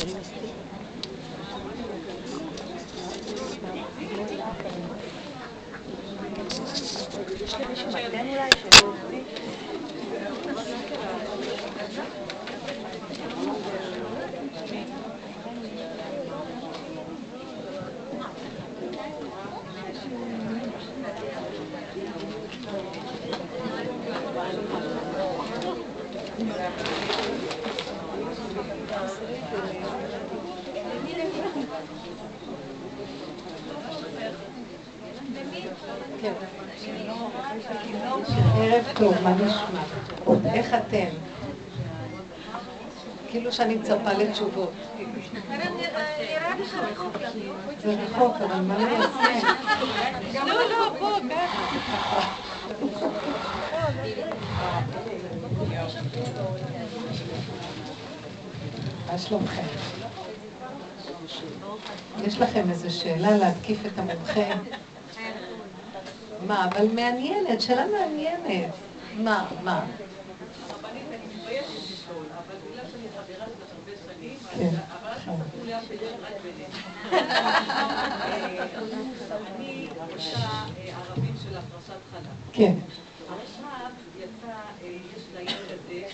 ערב טוב, מה נשמע? איך אתם? כאילו שאני מצפה לתשובות. זה רחוק, אבל מה אני אעשה? לא, בוא, ככה. מה שלומכם? יש לכם איזו שאלה להתקיף את המומחה? מה, אבל מעניינת, שאלה מעניינת. מה? הרבנית, אני מתביישת לשאול, אבל בגלל שאני חברה שלך הרבה שנים, אבל אל תספרו לי אף בדרך רק ביניהם. אני עושה ערבים של הפרשת חלה. כן. עכשיו יצא, יש לילד הזה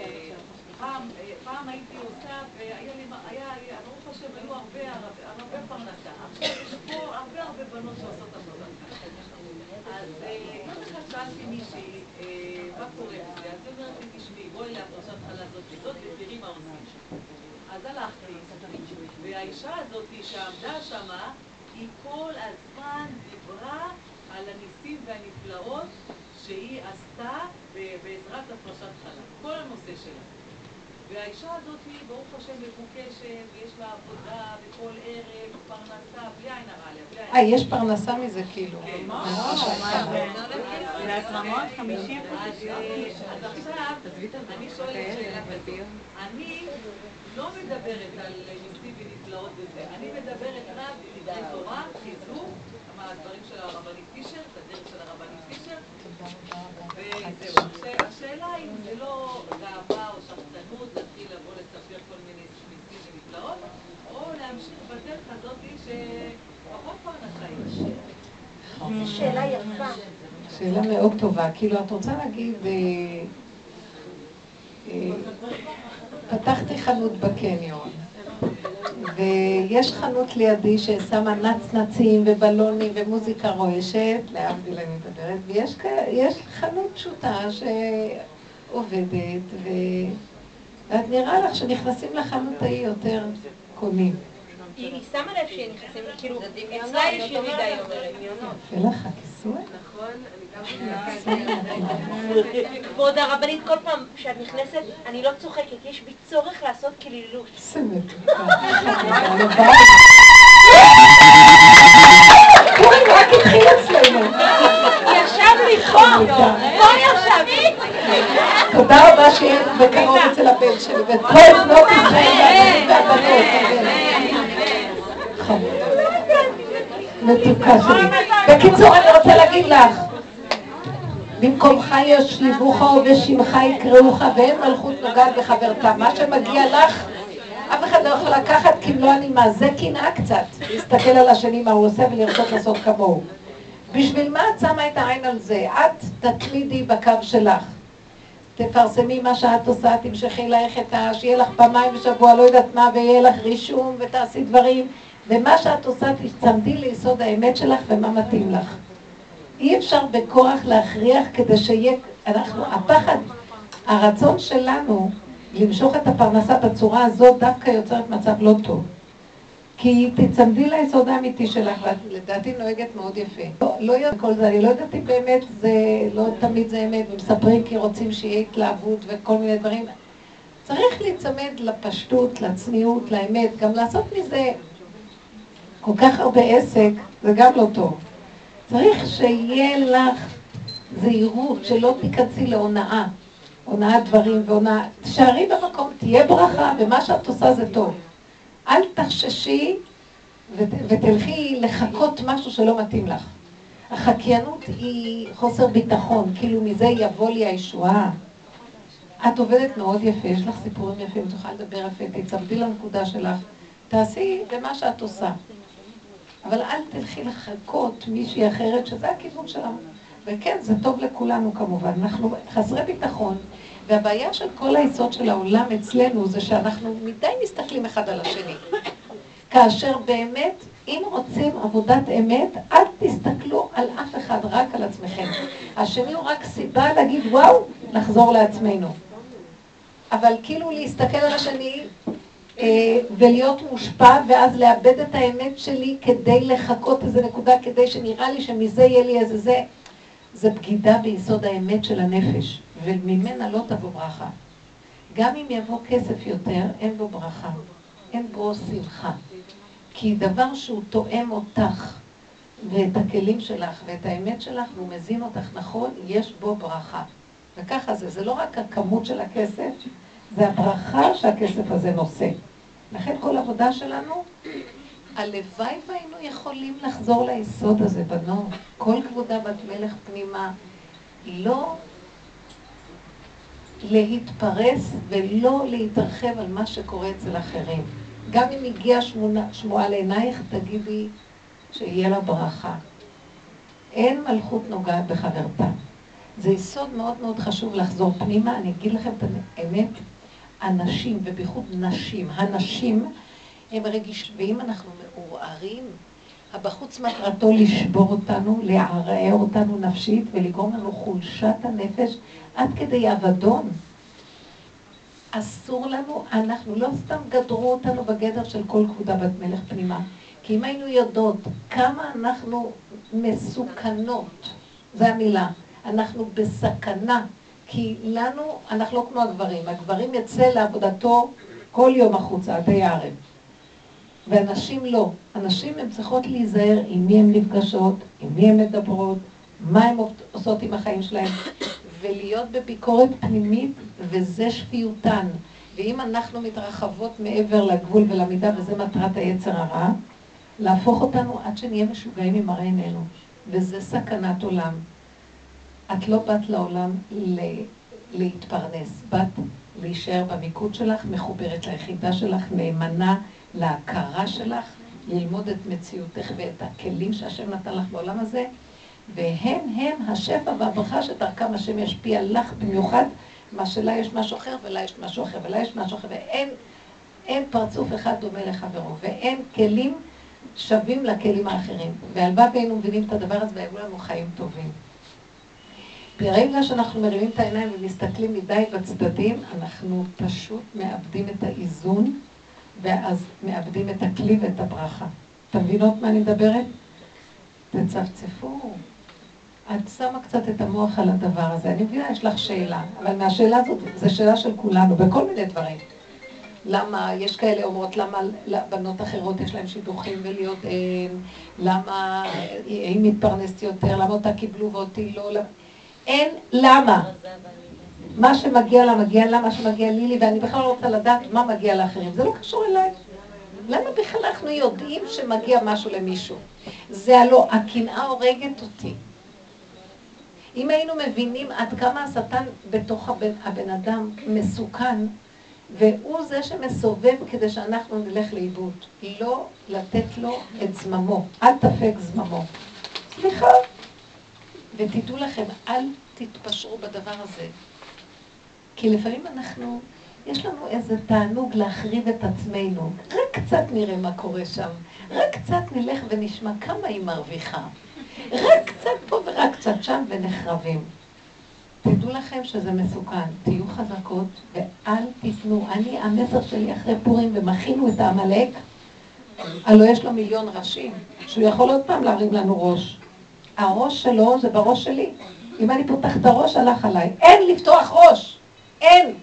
שפעם הייתי עושה, והיה לי, ברוך השם, היו הרבה פרנסה. עכשיו יש פה הרבה בנות שעושות עבודה. אז יום אחד שאלתי מישהי, מה קורה בזה? אז היא אומרת לי, תשמעי, בואי להפרשת חלה זאת ותראי מה עושים. אז הלכתי, והאישה הזאת שעמדה שמה, היא כל הזמן דיברה על הניסים והנפלאות שהיא עשתה בעזרת הפרשת חלה. כל הנושא שלה. והאישה הזאת היא, ברוך השם, מבוקשת, ויש לה עבודה בכל ערב, פרנסה, בלי עין הרע עליה. יש פרנסה מזה כאילו. כן. זה התרמות 50. אז עכשיו, אני שואלת שאלה כזאת. אני לא מדברת על ניסים ונפלאות וזה. אני מדברת רק לתורה, חיזוק, הדברים של הרבנית פישר, את הדרך של הרבנית פישר. וזהו. השאלה אם זה לא גאווה או שחצנות להתחיל לבוא לספר כל מיני ניסים ונפלאות, או להמשיך בדרך הזאת שפחות פרנסה יש. זו שאלה יפה. שאלה מאוד טובה. כאילו, את רוצה להגיד, פתחתי חנות בקניון, ויש חנות לידי ששמה נצנצים ובלונים ומוזיקה רועשת, להבדיל אני מדברת, ויש חנות פשוטה שעובדת, ואת נראה לך שנכנסים לחנות ההיא יותר קונים. היא שמה לב שהיא נכנסים, כאילו, אצלה יש ירידה, היא אומרת. יפה לך, הכיסוי? נכון, אני גם... כבוד הרבנית, כל פעם שאת נכנסת, אני לא צוחקת, יש בי צורך לעשות כלילות. סמת. כוי, רק התחיל אצלנו. ישב לי פה ישב. תודה רבה שיהיה בקרוב אצל הבן שלי, ואת כל בנות ישראל והבנות. מתוקה שלי. בקיצור, אני רוצה להגיד לך, במקומך יושיבוך ובשמך יקראוך, ואין מלכות נוגעת בחברתה. מה שמגיע לך, אף אחד לא יכול לקחת כמלוא הנימה. זה קנאה קצת, להסתכל על השני מה הוא עושה ולרצות לעשות כמוהו. בשביל מה את שמה את העין על זה? את תתמידי בקו שלך. תפרסמי מה שאת עושה, תמשכי לך שיהיה לך פעמיים בשבוע, לא יודעת מה, ויהיה לך רישום ותעשי דברים. ומה שאת עושה, תצמדי ליסוד האמת שלך ומה מתאים לך. אי אפשר בכוח להכריח כדי שיהיה, הפחד, הרצון שלנו למשוך את הפרנסה בצורה הזאת דווקא יוצרת מצב לא טוב. כי תצמדי ליסוד האמיתי שלך, ואת לדעתי נוהגת מאוד יפה. לא יודעת כל זה, אני לא יודעת אם באמת זה, לא תמיד זה אמת, ומספרים כי רוצים שיהיה התלהבות וכל מיני דברים. צריך להצמד לפשטות, לצניעות, לאמת, גם לעשות מזה כל כך הרבה עסק, זה גם לא טוב. צריך שיהיה לך זהירות, שלא תיכנסי להונאה, הונאת דברים והונאה. תשארי במקום, תהיה ברכה, ומה שאת עושה זה טוב. אל תחששי ותלכי לחכות משהו שלא מתאים לך. החקיינות היא חוסר ביטחון, כאילו מזה יבוא לי הישועה. את עובדת מאוד יפה, יש לך סיפורים יפים, תוכל לדבר יפה, תצמדי לנקודה שלך, תעשי במה שאת עושה. אבל אל תלכי לחכות מישהי אחרת, שזה הכיוון שלנו. וכן, זה טוב לכולנו כמובן, אנחנו חסרי ביטחון, והבעיה של כל היסוד של העולם אצלנו זה שאנחנו מדי מסתכלים אחד על השני. כאשר באמת, אם רוצים עבודת אמת, אל תסתכלו על אף אחד, רק על עצמכם. השני הוא רק סיבה להגיד וואו, נחזור לעצמנו. אבל כאילו להסתכל על השני ולהיות מושפע, ואז לאבד את האמת שלי כדי לחכות איזה נקודה, כדי שנראה לי שמזה יהיה לי איזה זה בגידה ביסוד האמת של הנפש, וממנה לא תבוא ברכה. גם אם יבוא כסף יותר, אין בו ברכה, אין בו שמחה. כי דבר שהוא תואם אותך, ואת הכלים שלך, ואת האמת שלך, והוא מזין אותך נכון, יש בו ברכה. וככה זה לא רק הכמות של הכסף, זה הברכה שהכסף הזה נושא. לכן כל עבודה שלנו, הלוואי והיינו יכולים לחזור ליסוד הזה, בנות. כל כבודה בת מלך פנימה, לא להתפרס ולא להתרחב על מה שקורה אצל אחרים. גם אם הגיעה שמועה לעינייך, תגידי שיהיה לה ברכה. אין מלכות נוגעת בחברתה. זה יסוד מאוד מאוד חשוב לחזור פנימה. אני אגיד לכם את האמת, אנשים, ובייחוד נשים, הנשים הם רגישים, ואם אנחנו מעורערים, הבחוץ מטרתו לשבור אותנו, לערער אותנו נפשית ולגרום לנו חולשת הנפש עד כדי אבדון. אסור לנו, אנחנו לא סתם גדרו אותנו בגדר של כל כבודה בת מלך פנימה, כי אם היינו יודעות כמה אנחנו מסוכנות, זו המילה, אנחנו בסכנה, כי לנו, אנחנו לא כמו הגברים, הגברים יצא לעבודתו כל יום החוצה, עד הערב. ואנשים לא, אנשים הן צריכות להיזהר עם מי הן נפגשות, עם מי הן מדברות, מה הן עושות עם החיים שלהן, ולהיות בביקורת פנימית, וזה שפיותן. ואם אנחנו מתרחבות מעבר לגבול ולמידה, וזה מטרת היצר הרע, להפוך אותנו עד שנהיה משוגעים עם מראה עינינו, וזה סכנת עולם. את לא באת לעולם להתפרנס, באת להישאר במיקוד שלך, מחוברת ליחידה שלך, נאמנה להכרה שלך, ללמוד את מציאותך ואת הכלים שהשם נתן לך בעולם הזה, והם השפע והברכה שדרכם השם ישפיע לך במיוחד, מה שלה יש משהו אחר ולה יש משהו אחר ולה יש משהו אחר, ואין פרצוף אחד דומה לחברו, ואין כלים שווים לכלים האחרים. והלוואי והיינו מבינים את הדבר הזה והיו לנו חיים טובים. ברגע שאנחנו מרימים את העיניים ומסתכלים מדי בצדדים, אנחנו פשוט מאבדים את האיזון, ואז מאבדים את הכלי ואת הברכה. אתם מבינות מה אני מדברת? תצפצפו. את שמה קצת את המוח על הדבר הזה. אני מבינה, יש לך שאלה, אבל מהשאלה הזאת, זו שאלה של כולנו, בכל מיני דברים. למה, יש כאלה אומרות, למה בנות אחרות יש להם שידוכים ולהיות למה היא מתפרנסת יותר, למה אותה קיבלו ואותי לא, אין למה. מה שמגיע לה מגיע לה, מה שמגיע לי, ואני בכלל לא רוצה לדעת מה מגיע לאחרים. זה לא קשור אליי. למה בכלל אנחנו יודעים שמגיע משהו למישהו? זה הלא, הקנאה הורגת אותי. אם היינו מבינים עד כמה השטן בתוך הבן אדם מסוכן, והוא זה שמסובב כדי שאנחנו נלך לאיבוד, לא לתת לו את זממו, אל תפק זממו. סליחה. ותדעו לכם, אל תתפשרו בדבר הזה. כי לפעמים יש לנו איזה תענוג להחריב את עצמנו. רק קצת נראה מה קורה שם. רק קצת נלך ונשמע כמה היא מרוויחה. רק קצת פה ורק קצת שם ונחרבים. תדעו לכם שזה מסוכן. תהיו חזקות ואל תתנו. המסר שלי אחרי פורים ומכינו את העמלק, הלוא יש לו מיליון ראשים, שהוא יכול עוד פעם להרים לנו ראש. הראש שלו זה בראש שלי. אם אני פותח את הראש, הלך עליי. אין לפתוח ראש. אין.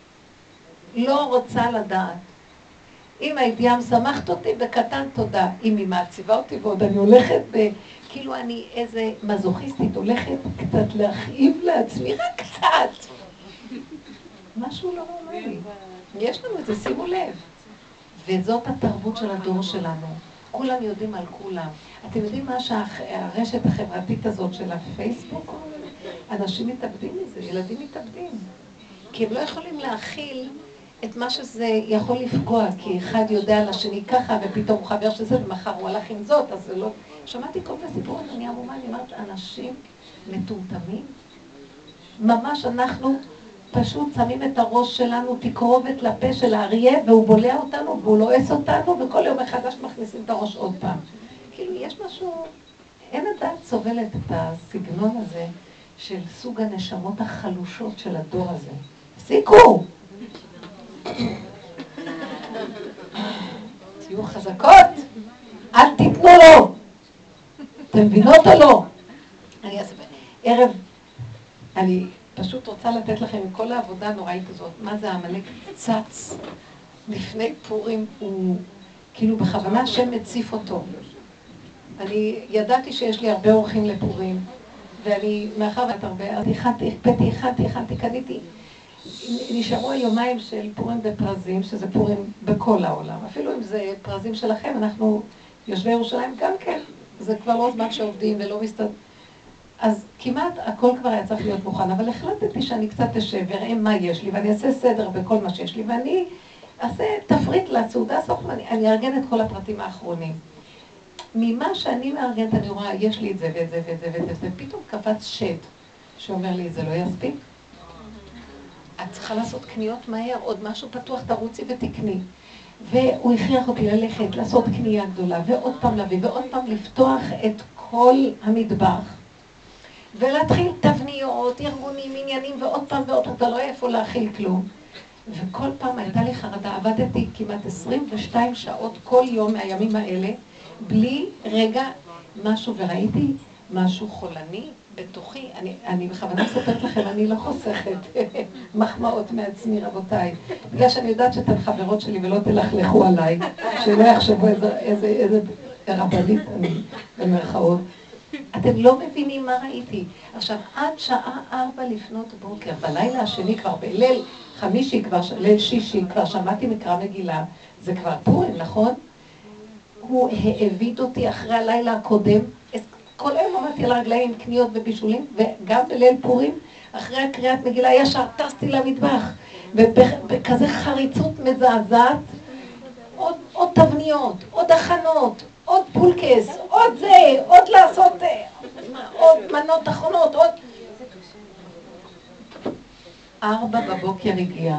לא רוצה לדעת. אם הידיעה משמחת אותי, בקטן תודה. אם היא מעציבה אותי ועוד אני הולכת כאילו אני איזה מזוכיסטית, הולכת קצת להכאיב לעצמי, רק קצת. משהו לא נורמלי. יש לנו את זה, שימו לב. וזאת התרבות של הדור שלנו. כולם יודעים על כולם. אתם יודעים מה שהרשת החברתית הזאת של הפייסבוק? אנשים מתאבדים מזה, ילדים מתאבדים. כי הם לא יכולים להכיל את מה שזה יכול לפגוע, כי אחד יודע על השני ככה, ופתאום הוא חבר שזה, ומחר הוא הלך עם זאת, אז זה לא... שמעתי כל מיני סיפורים, אני עמומה, אני אומרת, אנשים מטומטמים. ממש אנחנו פשוט שמים את הראש שלנו תקרובת לפה של האריה, והוא בולע אותנו, והוא לועס אותנו, וכל יום מחדש מכניסים את הראש עוד פעם. כאילו, יש משהו... אין הדעת סובלת את הסגנון הזה של סוג הנשמות החלושות של הדור הזה. תפסיקו! תהיו חזקות! אל תיתנו לו! אתם מבינות או לא? ערב, אני פשוט רוצה לתת לכם עם כל העבודה הנוראית הזאת, מה זה העמלק צץ לפני פורים, הוא כאילו בכוונה השם מציף אותו. אני ידעתי שיש לי הרבה אורחים לפורים, ואני מאחר ואת הרבה, הכנתי, קניתי. נשארו היומיים של פורים בפרזים, שזה פורים בכל העולם. אפילו אם זה פרזים שלכם, אנחנו יושבי ירושלים גם כן. זה כבר לא זמן שעובדים ולא מסתד... אז כמעט הכל כבר היה צריך להיות מוכן, אבל החלטתי שאני קצת אשב ואראה מה יש לי, ואני אעשה סדר בכל מה שיש לי, ואני אעשה תפריט לסעודה סוף, אני אארגן את כל הפרטים האחרונים. ממה שאני מארגנת, אני רואה, יש לי את זה ואת זה ואת זה ואת זה, ופתאום קפץ שד שאומר לי, זה לא יספיק. את צריכה לעשות קניות מהר, עוד משהו פתוח, תרוצי ותקני. והוא הכריח אותי ללכת, לעשות קנייה גדולה, ועוד פעם להביא, ועוד פעם לפתוח את כל המטבח. ולהתחיל תבניות, ארגונים, עניינים, ועוד פעם ועוד פעם, אתה לא איפה להכיל כלום. וכל פעם הייתה לי חרדה, עבדתי כמעט 22 שעות כל יום מהימים האלה, בלי רגע משהו, וראיתי משהו חולני בתוכי. אני בכוונה מספרת לכם, אני לא חוסכת מחמאות מעצמי, רבותיי. בגלל שאני יודעת שאתם חברות שלי ולא תלכלכו עליי, שלא יחשבו איזה רבנית אני במרכאות. אתם לא מבינים מה ראיתי. עכשיו, עד שעה 4 לפנות בוקר, בלילה השני כבר, בליל חמישי כבר, ליל שישי, כבר שמעתי מקרא מגילה, זה כבר פורים, נכון? הוא העביד אותי אחרי הלילה הקודם, כל היום עמדתי על הרגליים, קניות ובישולים, וגם בליל פורים, אחרי הקריאת מגילה, ישר טסתי למטבח, ובכזה חריצות מזעזעת, עוד תבניות, עוד הכנות, עוד פולקס, עוד זה, עוד לעשות, עוד מנות אחרונות, עוד... 4 בבוקר הגיע.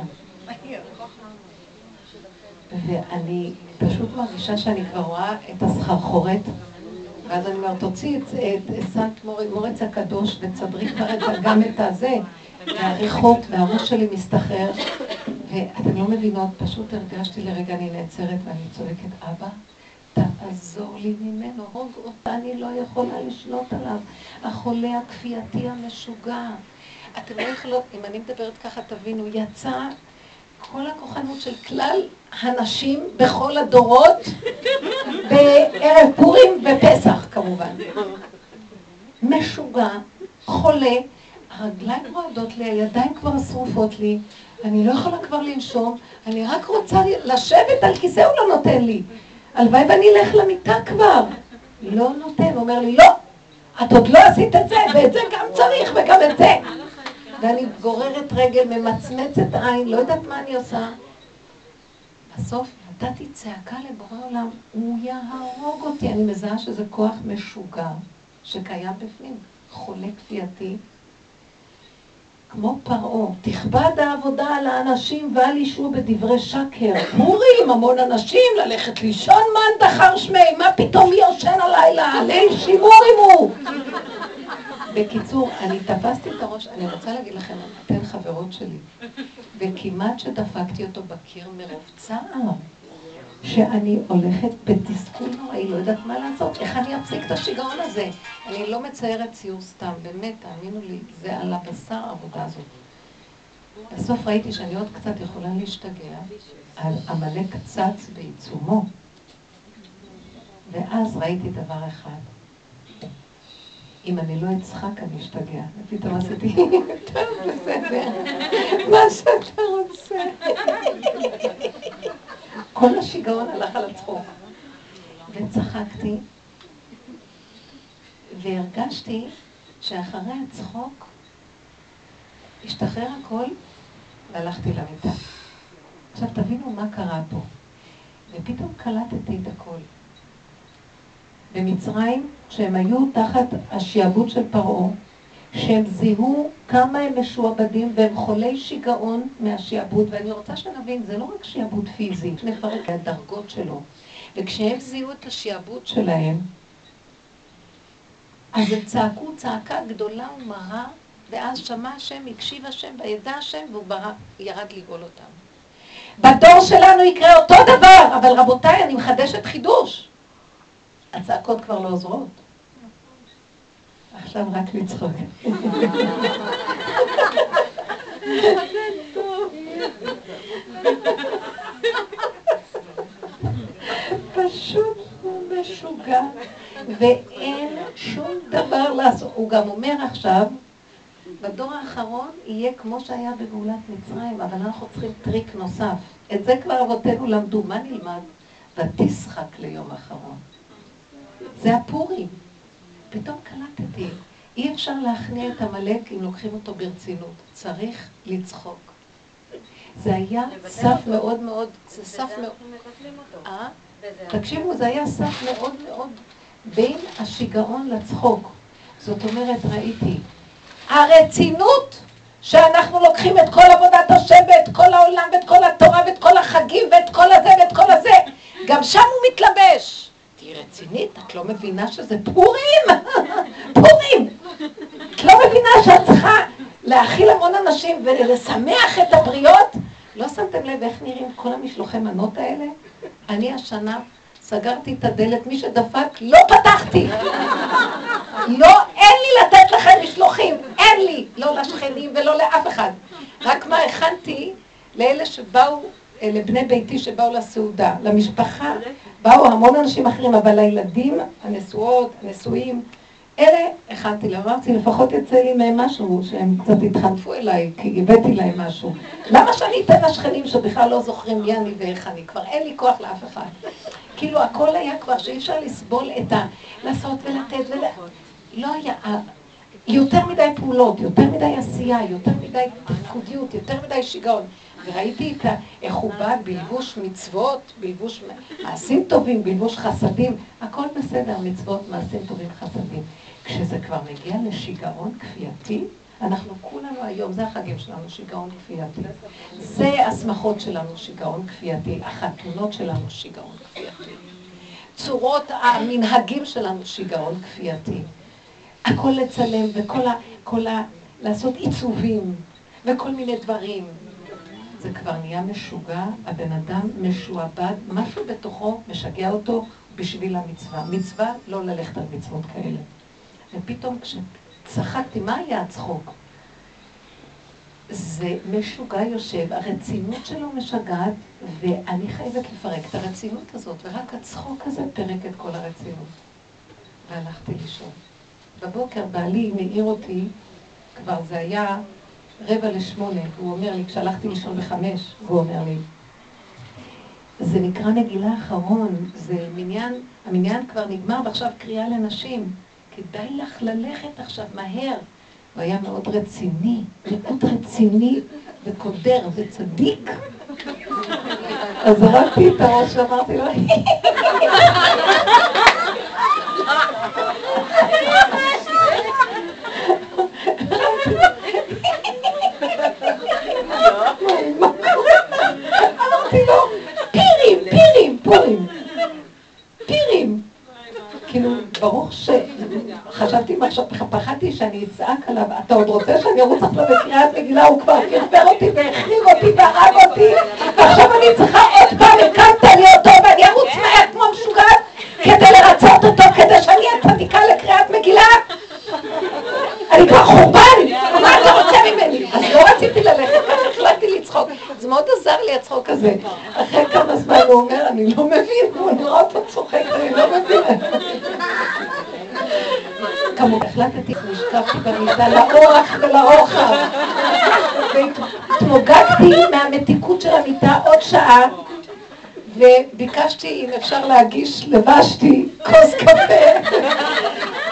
ואני פשוט מרגישה שאני כבר רואה את הסחרחורת, ואז אני אומרת, תוציא את סנט מורץ הקדוש וצדרי כבר גם את הזה, והריחות, והראש שלי מסתחרר, ואתן לא מבינות, פשוט הרגשתי לרגע, אני נעצרת ואני צועקת, אבא, תעזור לי ממנו, הוג אותה, אני לא יכולה לשלוט עליו, החולה הכפייתי המשוגע. אתם לא יכולות, אם אני מדברת ככה תבינו, יצא כל הכוחנות של כלל הנשים בכל הדורות, בערב פורים ופסח כמובן. משוגע, חולה, הרגליים רועדות לי, הידיים כבר שרופות לי, אני לא יכולה כבר לנשום, אני רק רוצה לשבת על כיסא, הוא לא נותן לי. הלוואי ואני אלך למיטה כבר. לא נותן, הוא אומר לי, לא, את עוד לא עשית את זה, ואת זה גם צריך, וגם את זה. ואני גוררת רגל, ממצמצת עין, לא יודעת מה אני עושה. בסוף נתתי צעקה לבורא עולם, הוא יהרוג אותי. אני מזהה שזה כוח משוגע שקיים בפנים, חולה כפייתי. כמו פרעה, תכבד העבודה על האנשים ואל ישבו בדברי שקר. פורים, המון אנשים, ללכת לישון מן דחר שמי, מה פתאום מי יושן הלילה? ליל שימור עמו. בקיצור, אני תפסתי את הראש, אני רוצה להגיד לכם, אתן חברות שלי, וכמעט שדפקתי אותו בקיר מרוב צער, שאני הולכת בתסכול נוראי, לא יודעת מה לעשות, איך אני אפסיק את השיגעון הזה. אני לא מציירת ציור סתם, באמת, תאמינו לי, זה על הבשר העבודה הזאת. בסוף ראיתי שאני עוד קצת יכולה להשתגע על עמלק צץ בעיצומו, ואז ראיתי דבר אחד, אם אני לא אצחק אני אשתגע. ופתאום עשיתי, טוב בסדר, מה שאתה רוצה. כל השיגעון הלך על הצחוק. וצחקתי, והרגשתי שאחרי הצחוק השתחרר הכל, והלכתי למיטה. עכשיו תבינו מה קרה פה. ופתאום קלטתי את הכל. במצרים, כשהם היו תחת השעבוד של פרעה, שהם זיהו כמה הם משועבדים והם חולי שיגעון מהשעבוד, ואני רוצה שנבין, זה לא רק שעבוד פיזי, נפרק הדרגות שלו. וכשהם זיהו את השעבוד שלהם, אז הם צעקו צעקה גדולה ומרה, ואז שמע השם, הקשיב השם, וידע השם, והוא ירד לגאול אותם. בדור שלנו יקרה אותו דבר, אבל רבותיי, אני מחדשת חידוש. הצעקות כבר לא עוזרות. עכשיו רק לצחוק. פשוט הוא משוגע, ואין שום דבר לעשות. הוא גם אומר עכשיו, בדור האחרון יהיה כמו שהיה בגאולת מצרים, אבל אנחנו צריכים טריק נוסף. את זה כבר אבותינו למדו. מה נלמד? ותשחק ליום האחרון. זה הפורים. פתאום קלטתי. אי אפשר להכניע את המלאק אם לוקחים אותו ברצינות. צריך לצחוק. זה היה סף מאוד מאוד, זה סף מאוד... תקשיבו, זה היה סף מאוד מאוד בין השיגעון לצחוק. זאת אומרת, ראיתי, הרצינות שאנחנו לוקחים את כל עבודת השם ואת כל העולם ואת כל התורה ואת כל החגים ואת כל הזה ואת כל הזה, גם שם הוא מתלבש. תהי רצינית, את לא מבינה שזה פורים? פורים! את לא מבינה שאת צריכה להאכיל המון אנשים ולשמח את הבריות? לא שמתם לב איך נראים כל המשלוחי מנות האלה? אני השנה סגרתי את הדלת, מי שדפק לא פתחתי. לא, אין לי לתת לכם משלוחים, אין לי, לא לשכנים ולא לאף אחד. רק מה הכנתי לאלה שבאו, לבני ביתי שבאו לסעודה, למשפחה, באו המון אנשים אחרים, אבל לילדים, הנשואות, הנשואים, אלה הכנתי להם, אמרתי, לפחות יצא לי מהם משהו, שהם קצת התחנפו אליי, כי הבאתי להם משהו. למה שאני אתן לשכנים שבכלל לא זוכרים מי אני ואיך אני? כבר אין לי כוח לאף אחד. כאילו הכל היה כבר שאי אפשר לסבול את לעשות ולתת לא היה, יותר מדי פעולות, יותר מדי עשייה, יותר מדי תפקודיות, יותר מדי שיגעון. וראיתי איך הוא בא בלבוש מצוות, בלבוש מעשים טובים, בלבוש חסדים, הכל בסדר, מצוות, מעשים טובים, חסדים. כשזה כבר מגיע לשיגעון כפייתי, אנחנו כולנו היום, זה החגים שלנו, שיגעון כפייתי. זה השמחות שלנו, שיגעון כפייתי, החתונות שלנו, שיגעון כפייתי. צורות המנהגים שלנו, שיגעון כפייתי. הכל לצלם וכל לעשות עיצובים וכל מיני דברים. זה כבר נהיה משוגע, הבן אדם משועבד, משהו בתוכו משגע אותו בשביל המצווה. מצווה לא ללכת על מצוות כאלה. ופתאום כשצחקתי, מה היה הצחוק? זה משוגע יושב, הרצינות שלו משגעת, ואני חייבת לפרק את הרצינות הזאת, ורק הצחוק הזה פרק את כל הרצינות. והלכתי לישון. בבוקר בעלי מעיר אותי, כבר זה היה 7:45, הוא אומר לי, כשהלכתי לישון ב5, הוא אומר לי, זה נקרא מגילה האחרון, זה מניין, המניין כבר נגמר ועכשיו קריאה לנשים, כדאי לך ללכת עכשיו מהר. הוא היה מאוד רציני, מאוד רציני וקודר וצדיק. אז הרגתי את הראש ואמרתי לו, אמרתי לו, פירים. כאילו, ברוך שחשבתי מחשב, פחדתי שאני אצעק עליו, אתה עוד רוצה שאני ארוץ עכשיו בקריאת מגילה, הוא כבר פרפר אותי והחריב אותי והרג אותי, ועכשיו אני צריכה עוד פעם, הקמת לי אותו ואני ארוץ מהר כמו משוגעת, כדי לרצות אותו, כדי שאני אהיה צדיקה לקריאת מגילה. אני כבר חורבן, מה אתה רוצה ממני? אז לא רציתי ללכת, כך החלטתי לצחוק. זה מאוד עזר לי הצחוק הזה. אחרי כמה זמן הוא אומר, אני לא מבין, הוא נראה אותו צוחק, אני לא מבין. כמובן, החלטתי, נשכבתי במיטה לאורך ולרוחב. והתמוגגתי מהמתיקות של המיטה עוד שעה, וביקשתי אם אפשר להגיש, לבשתי כוס קפה.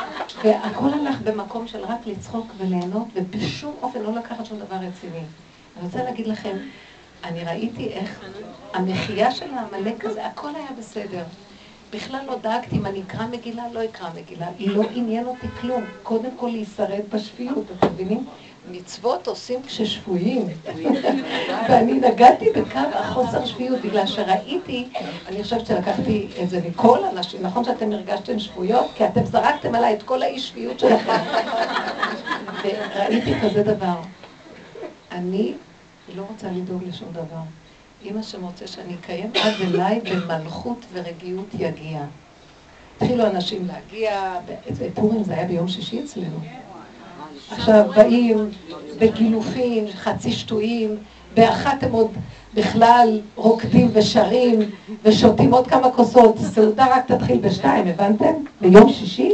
והכל הלך במקום של רק לצחוק וליהנות, ובשום אופן לא לקחת שום דבר רציני. אני רוצה להגיד לכם, אני ראיתי איך המחייה של העמלק הזה, הכל היה בסדר. בכלל לא דאגתי אם אני אקרא מגילה, לא אקרא מגילה. לא עניין אותי כלום. קודם כל להישרד בשפיות, אתם מבינים? מצוות עושים כששפויים. ואני נגעתי בקו החוסר שפיות, בגלל שראיתי, אני חושבת שלקחתי את זה מכל אנשים, נכון שאתם הרגשתם שבויות? כי אתם זרקתם עליי את כל האי שפיות שלכם. וראיתי כזה דבר. אני לא רוצה לדאוג לשום דבר. אמא שמוצא שאני אקיים עד אליי במלכות ורגיעות יגיע. התחילו אנשים להגיע, בפורים זה היה ביום שישי אצלנו. עכשיו באים בגילופים, חצי שטויים, באחת הם עוד בכלל רוקדים ושרים ושותים עוד כמה כוסות. סעודה רק תתחיל בשתיים, הבנתם? ביום שישי?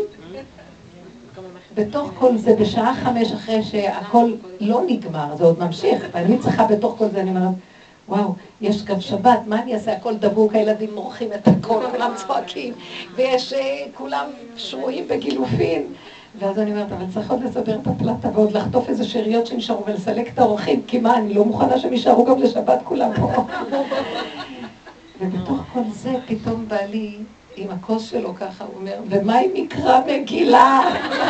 בתוך כל זה, בשעה 5 אחרי שהכל לא נגמר, זה עוד ממשיך, ואני צריכה בתוך כל זה, אני אומרת, וואו, יש גם שבת, מה אני אעשה? הכל דבוק, הילדים מורחים את הכל, כולם צועקים, ויש כולם שרויים בגילופין. ואז אני אומרת, אבל צריך עוד לסבר את הפלטה, ועוד לחטוף איזה שאריות שנשארו, ולסלק את האורחים, כי מה, אני לא מוכנה שהם יישארו גם לשבת כולם פה. ובתוך כל זה, פתאום בא לי, עם הכוס שלו ככה, הוא אומר, ומה אם יקרא מגילה?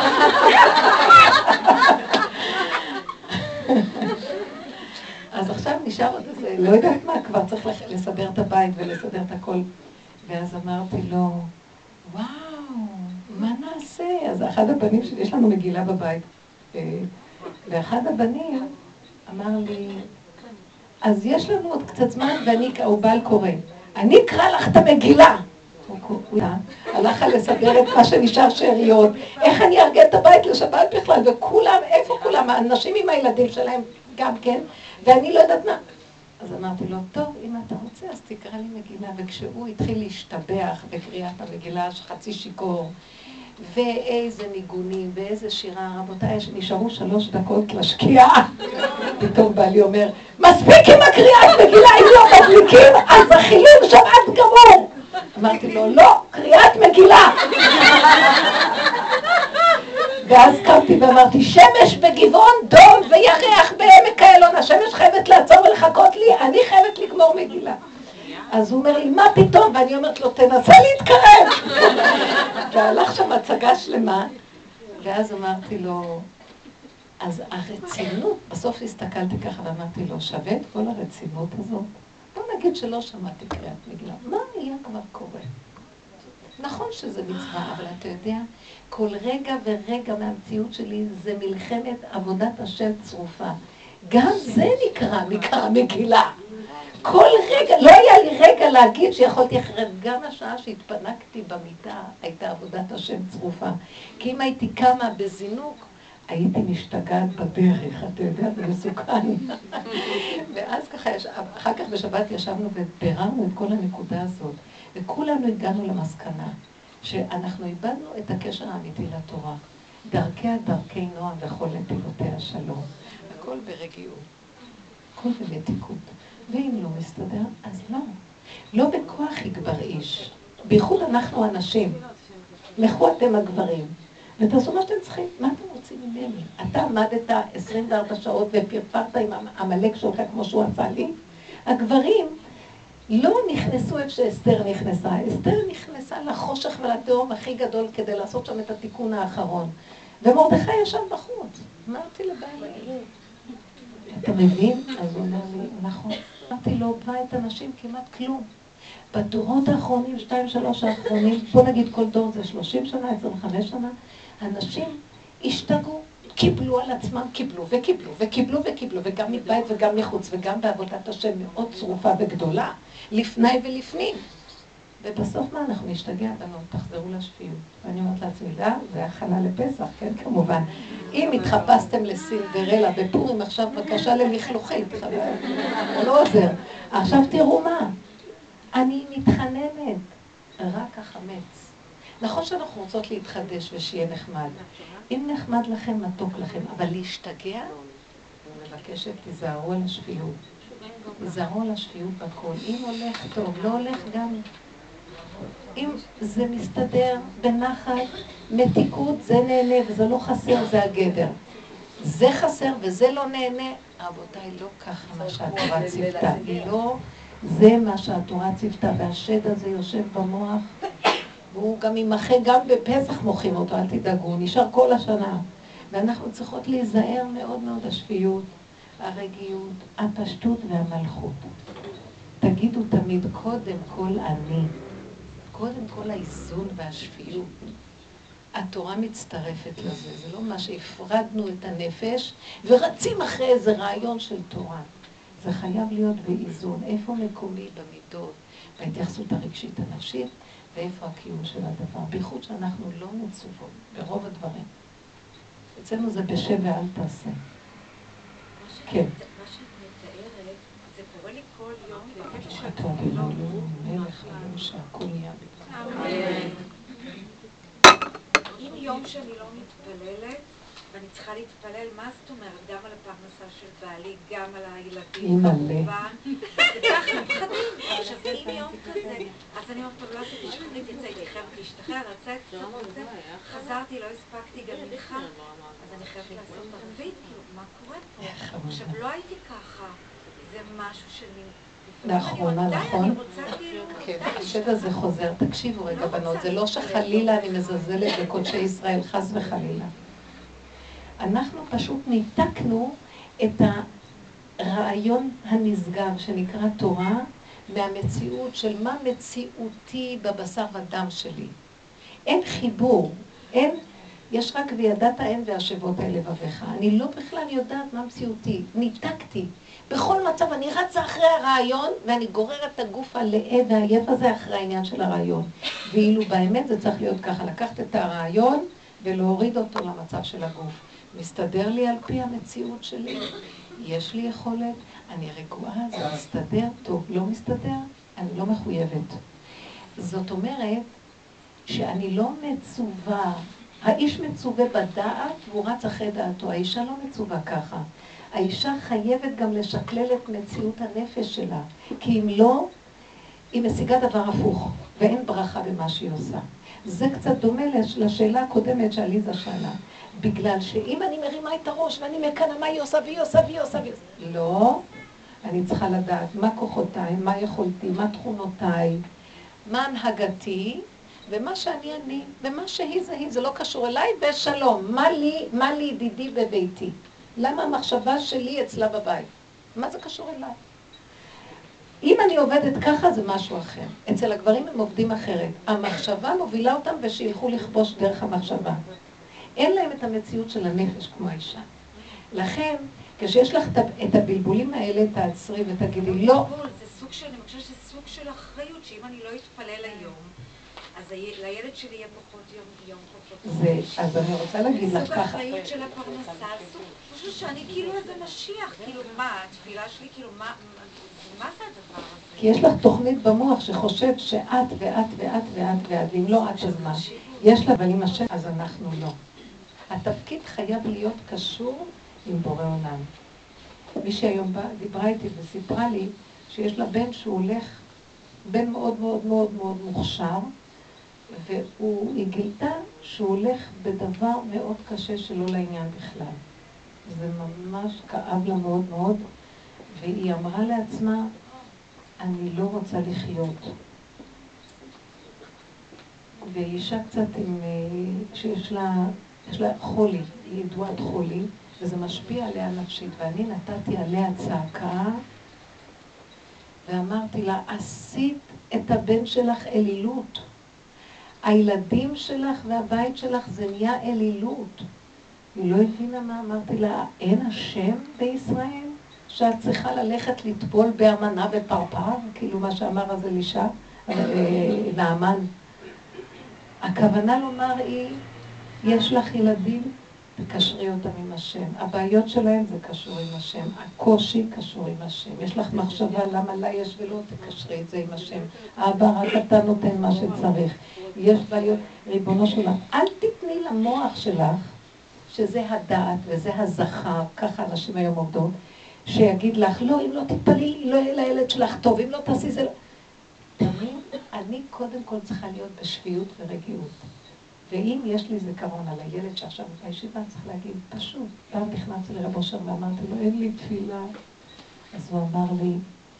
אז עכשיו נשאר עוד איזה, לא יודעת מה, כבר צריך לסדר את הבית ולסדר את הכל. ואז אמרתי לו, וואו, מה נעשה? אז אחד הבנים שלי, יש לנו מגילה בבית, ואחד הבנים אמר לי, אז יש לנו עוד קצת זמן, הוא בעל קורא, אני אקרא לך את המגילה. הוא הלך לסדר את מה שנשאר שאריות, איך אני ארגן את הבית לשבת בכלל, וכולם, איפה כולם? האנשים עם הילדים שלהם גם כן, ואני לא יודעת מה. אז אמרתי לו, טוב, אם אתה רוצה, אז תקרא לי מגילה. וכשהוא התחיל להשתבח בקריאת המגילה, שחצי שיקור, ואיזה ניגונים, ואיזה שירה, רבותיי, נשארו 3 דקות לשקיע. פתאום בעלי אומר, מספיק עם הקריאת מגילה, אם לא מדליקים, אז החילול שבת גמור. אמרתי לו, לא, קריאת מגילה. ואז קמתי ואמרתי, שמש בגבעון דום וירח בעמק איילון, השמש חייבת לעצור ולחכות לי, אני חייבת לגמור מגילה. אז הוא אומר לי, מה פתאום? ואני אומרת לו, תנסה להתקרב. והלך שם הצגה שלמה, ואז אמרתי לו, אז הרצינות, בסוף הסתכלתי ככה ואמרתי לו, שווה את כל הרצינות הזאת? בוא נגיד שלא שמעתי קריאת מגילה, מה היה כבר קורה? נכון שזה מצווה, אבל אתה יודע, כל רגע ורגע מהמציאות שלי זה מלחמת עבודת השם צרופה. גם זה נקרא מגילה. כל רגע, לא היה לי רגע להגיד שיכולתי אחרת, גם השעה שהתפנקתי במיטה הייתה עבודת השם צרופה. כי אם הייתי קמה בזינוק, הייתי משתגעת בדרך, אתה יודע, זה מסוכן. ואז ככה, אחר כך בשבת ישבנו וביררנו את כל הנקודה הזאת, וכולנו הגענו למסקנה שאנחנו איבדנו את הקשר האמיתי לתורה. דרכיה דרכי נועם וכל נתיבותיה שלום. הכל ברגיעות, הכל במתיקות. ואם לא מסתדר, אז לא. לא בכוח יגבר איש. בייחוד אנחנו אנשים. לכו אתם הגברים. ותעשו מה שאתם צריכים. מה אתם רוצים ממני? אתה עמדת 24 שעות ופרפרת עם המלאק שלך כמו שהוא עשה לי. הגברים לא נכנסו איפה שאסתר נכנסה. אסתר נכנסה לחושך ולתהום הכי גדול כדי לעשות שם את התיקון האחרון. ומרדכי ישב בחוץ. אמרתי לבעלי, אתה מבין? אז הוא אומר לי, נכון. אמרתי לו, בית אנשים כמעט כלום. בדורות האחרונים, 2-3 האחרונים, בוא נגיד כל דור זה 30 שנה, 25 שנה, אנשים השתגעו, קיבלו על עצמם, קיבלו, וגם מבית וגם מחוץ, וגם בעבודת השם מאוד צרופה וגדולה, לפני ולפנים. ובסוף מה אנחנו נשתגע בנות, תחזרו לשפיות. ואני אומרת לעצמי, זה הכנה לפסח, כן, כמובן. אם התחפשתם לסינדרלה בפורים, עכשיו בקשה למכלוכית, לא עוזר. עכשיו תראו מה, אני מתחננת, רק החמץ. נכון שאנחנו רוצות להתחדש ושיהיה נחמד. אם נחמד לכם, מתוק לכם, אבל להשתגע, אני מבקשת, תיזהרו על השפיות. תיזהרו על השפיות בכל. אם הולך טוב, לא הולך גם. אם זה מסתדר בנחת, מתיקות, זה נהנה וזה לא חסר, זה הגדר. זה חסר וזה לא נהנה, רבותיי, לא ככה מה שהתורה ציוותה. לא, זה מה שהתורה ציוותה, והשד הזה יושב במוח, והוא גם ימחה, גם בפסח מוחים אותו, אל תדאגו, הוא נשאר כל השנה. ואנחנו צריכות להיזהר מאוד מאוד השפיות, הרגיעות, הפשטות והמלכות. תגידו תמיד, קודם כל אני, קודם כל האיזון והשפיות. התורה מצטרפת לזה, זה לא מה שהפרדנו את הנפש ורצים אחרי איזה רעיון של תורה. זה חייב להיות באיזון, איפה מקומי במידות, בהתייחסות הרגשית הנפשית, ואיפה הקיום של הדבר. בייחוד שאנחנו לא מצוות ברוב הדברים. אצלנו זה בשב ואל תעשה. כן. מה שאת מתארת, זה קורה לי כל יום, באמת אתה אדוני מלך היום שהכל נהיה בגלל. אם יום שאני לא מתפללת, ואני צריכה להתפלל, מה זאת אומרת? גם על הפרנסה של בעלי, גם על הילדים, כמובן. זה ככה פחדים. עכשיו, אם יום כזה, אז אני אומרת, לא עשיתי שכנית, יצאתי, חייבת להשתחרר, לצאת, חזרתי, לא הספקתי גם מנחה, אז אני חייבת לעשות ערבית, כאילו, מה קורה פה? עכשיו, לא הייתי ככה, זה משהו שאני... נכון. כן, השד הזה חוזר. תקשיבו רגע בנות, זה לא שחלילה אני מזלזלת בקודשי ישראל, חס וחלילה. אנחנו פשוט ניתקנו את הרעיון הנשגב שנקרא תורה מהמציאות של מה מציאותי בבשר ודם שלי. אין חיבור, יש רק וידעת אין והשבות אל לבביך. אני לא בכלל יודעת מה מציאותי, ניתקתי. בכל מצב אני רצה אחרי הרעיון ואני גוררת את הגוף הלאה והעייף הזה אחרי העניין של הרעיון. ואילו באמת זה צריך להיות ככה, לקחת את הרעיון ולהוריד אותו למצב של הגוף. מסתדר לי על פי המציאות שלי, יש לי יכולת, אני רגועה, זה מסתדר, טוב, לא מסתדר, אני לא מחויבת. זאת אומרת שאני לא מצווה, האיש מצווה בדעת והוא רץ אחרי דעתו, האישה לא מצווה ככה. האישה חייבת גם לשקלל את מציאות הנפש שלה, כי אם לא, היא משיגה דבר הפוך, ואין ברכה במה שהיא עושה. זה קצת דומה לשאלה הקודמת שעליזה שאלה. בגלל שאם אני מרימה את הראש ואני מקנה מה היא עושה והיא עושה והיא עושה והיא עושה. לא, אני צריכה לדעת מה כוחותיי, מה יכולתי, מה תכונותיי, מה הנהגתי, ומה שאני אני, ומה שהיא זה היא, זה לא קשור אליי בשלום. מה לי ידידי בביתי? למה המחשבה שלי אצלה בבית? מה זה קשור אליי? אם אני עובדת ככה זה משהו אחר. אצל הגברים הם עובדים אחרת. המחשבה מובילה אותם ושילכו לכבוש דרך המחשבה. אין להם את המציאות של הנפש כמו האישה. לכן, כשיש לך את הבלבולים האלה, תעצרי ותגידי, לא. זה סוג של, אני חושבת שזה סוג של אחריות, שאם אני לא אתפלל היום, אז לילד שלי יהיה פחות יום פחות. אז אני רוצה להגיד לך סוג ככה. אחריות של הפרנסה, סוג, משהו שאני כאילו איזה משיח, כאילו מה, התפילה שלי, כאילו מה זה הדבר הזה? כי יש לך תוכנית במוח שחושב שאת ואת ואת ואת ואת, ואם לא את אז מה? יש לה, אבל עם השם, אז אנחנו לא. התפקיד חייב להיות קשור עם בורא עולם. מישהי היום דיברה איתי וסיפרה לי שיש לה בן שהוא הולך, בן מאוד מאוד מאוד מאוד מוכשר, והיא גילתה שהוא הולך בדבר מאוד קשה שלא לעניין בכלל. זה ממש כאב לה מאוד מאוד, והיא אמרה לעצמה, אני לא רוצה לחיות. והיא אישה קצת שיש לה חולי, היא ידועת חולי, וזה משפיע עליה נפשית, ואני נתתי עליה צעקה, ואמרתי לה, עשית את הבן שלך אלילות. הילדים שלך והבית שלך זה נהיה אלילות. היא לא הבינה מה אמרתי לה, אין השם בישראל? שאת צריכה ללכת לטבול באמנה ופרפר, כאילו מה שאמר אז אלישע, נעמן. הכוונה לומר היא, יש לך ילדים, תקשרי אותם עם השם. הבעיות שלהם זה קשור עם השם. הקושי קשור עם השם. יש לך מחשבה למה לה יש ולא, תקשרי את זה עם השם. האבא רק אתה נותן מה שצריך. יש בעיות, ריבונו שלך. אל תתני למוח שלך, שזה הדעת וזה הזכר, ככה אנשים היום עובדות, שיגיד לך, לא, אם לא תתפלי, לא יהיה לילד שלך טוב, אם לא תעשי זה לא. תמיד, אני קודם כל צריכה להיות בשפיות ורגיעות. ואם יש לי זיכרון על הילד שעכשיו בישיבה, צריך להגיד, פשוט, פעם נכנסתי לרב אושר ואמרתי לו, אין לי תפילה. אז הוא אמר לי,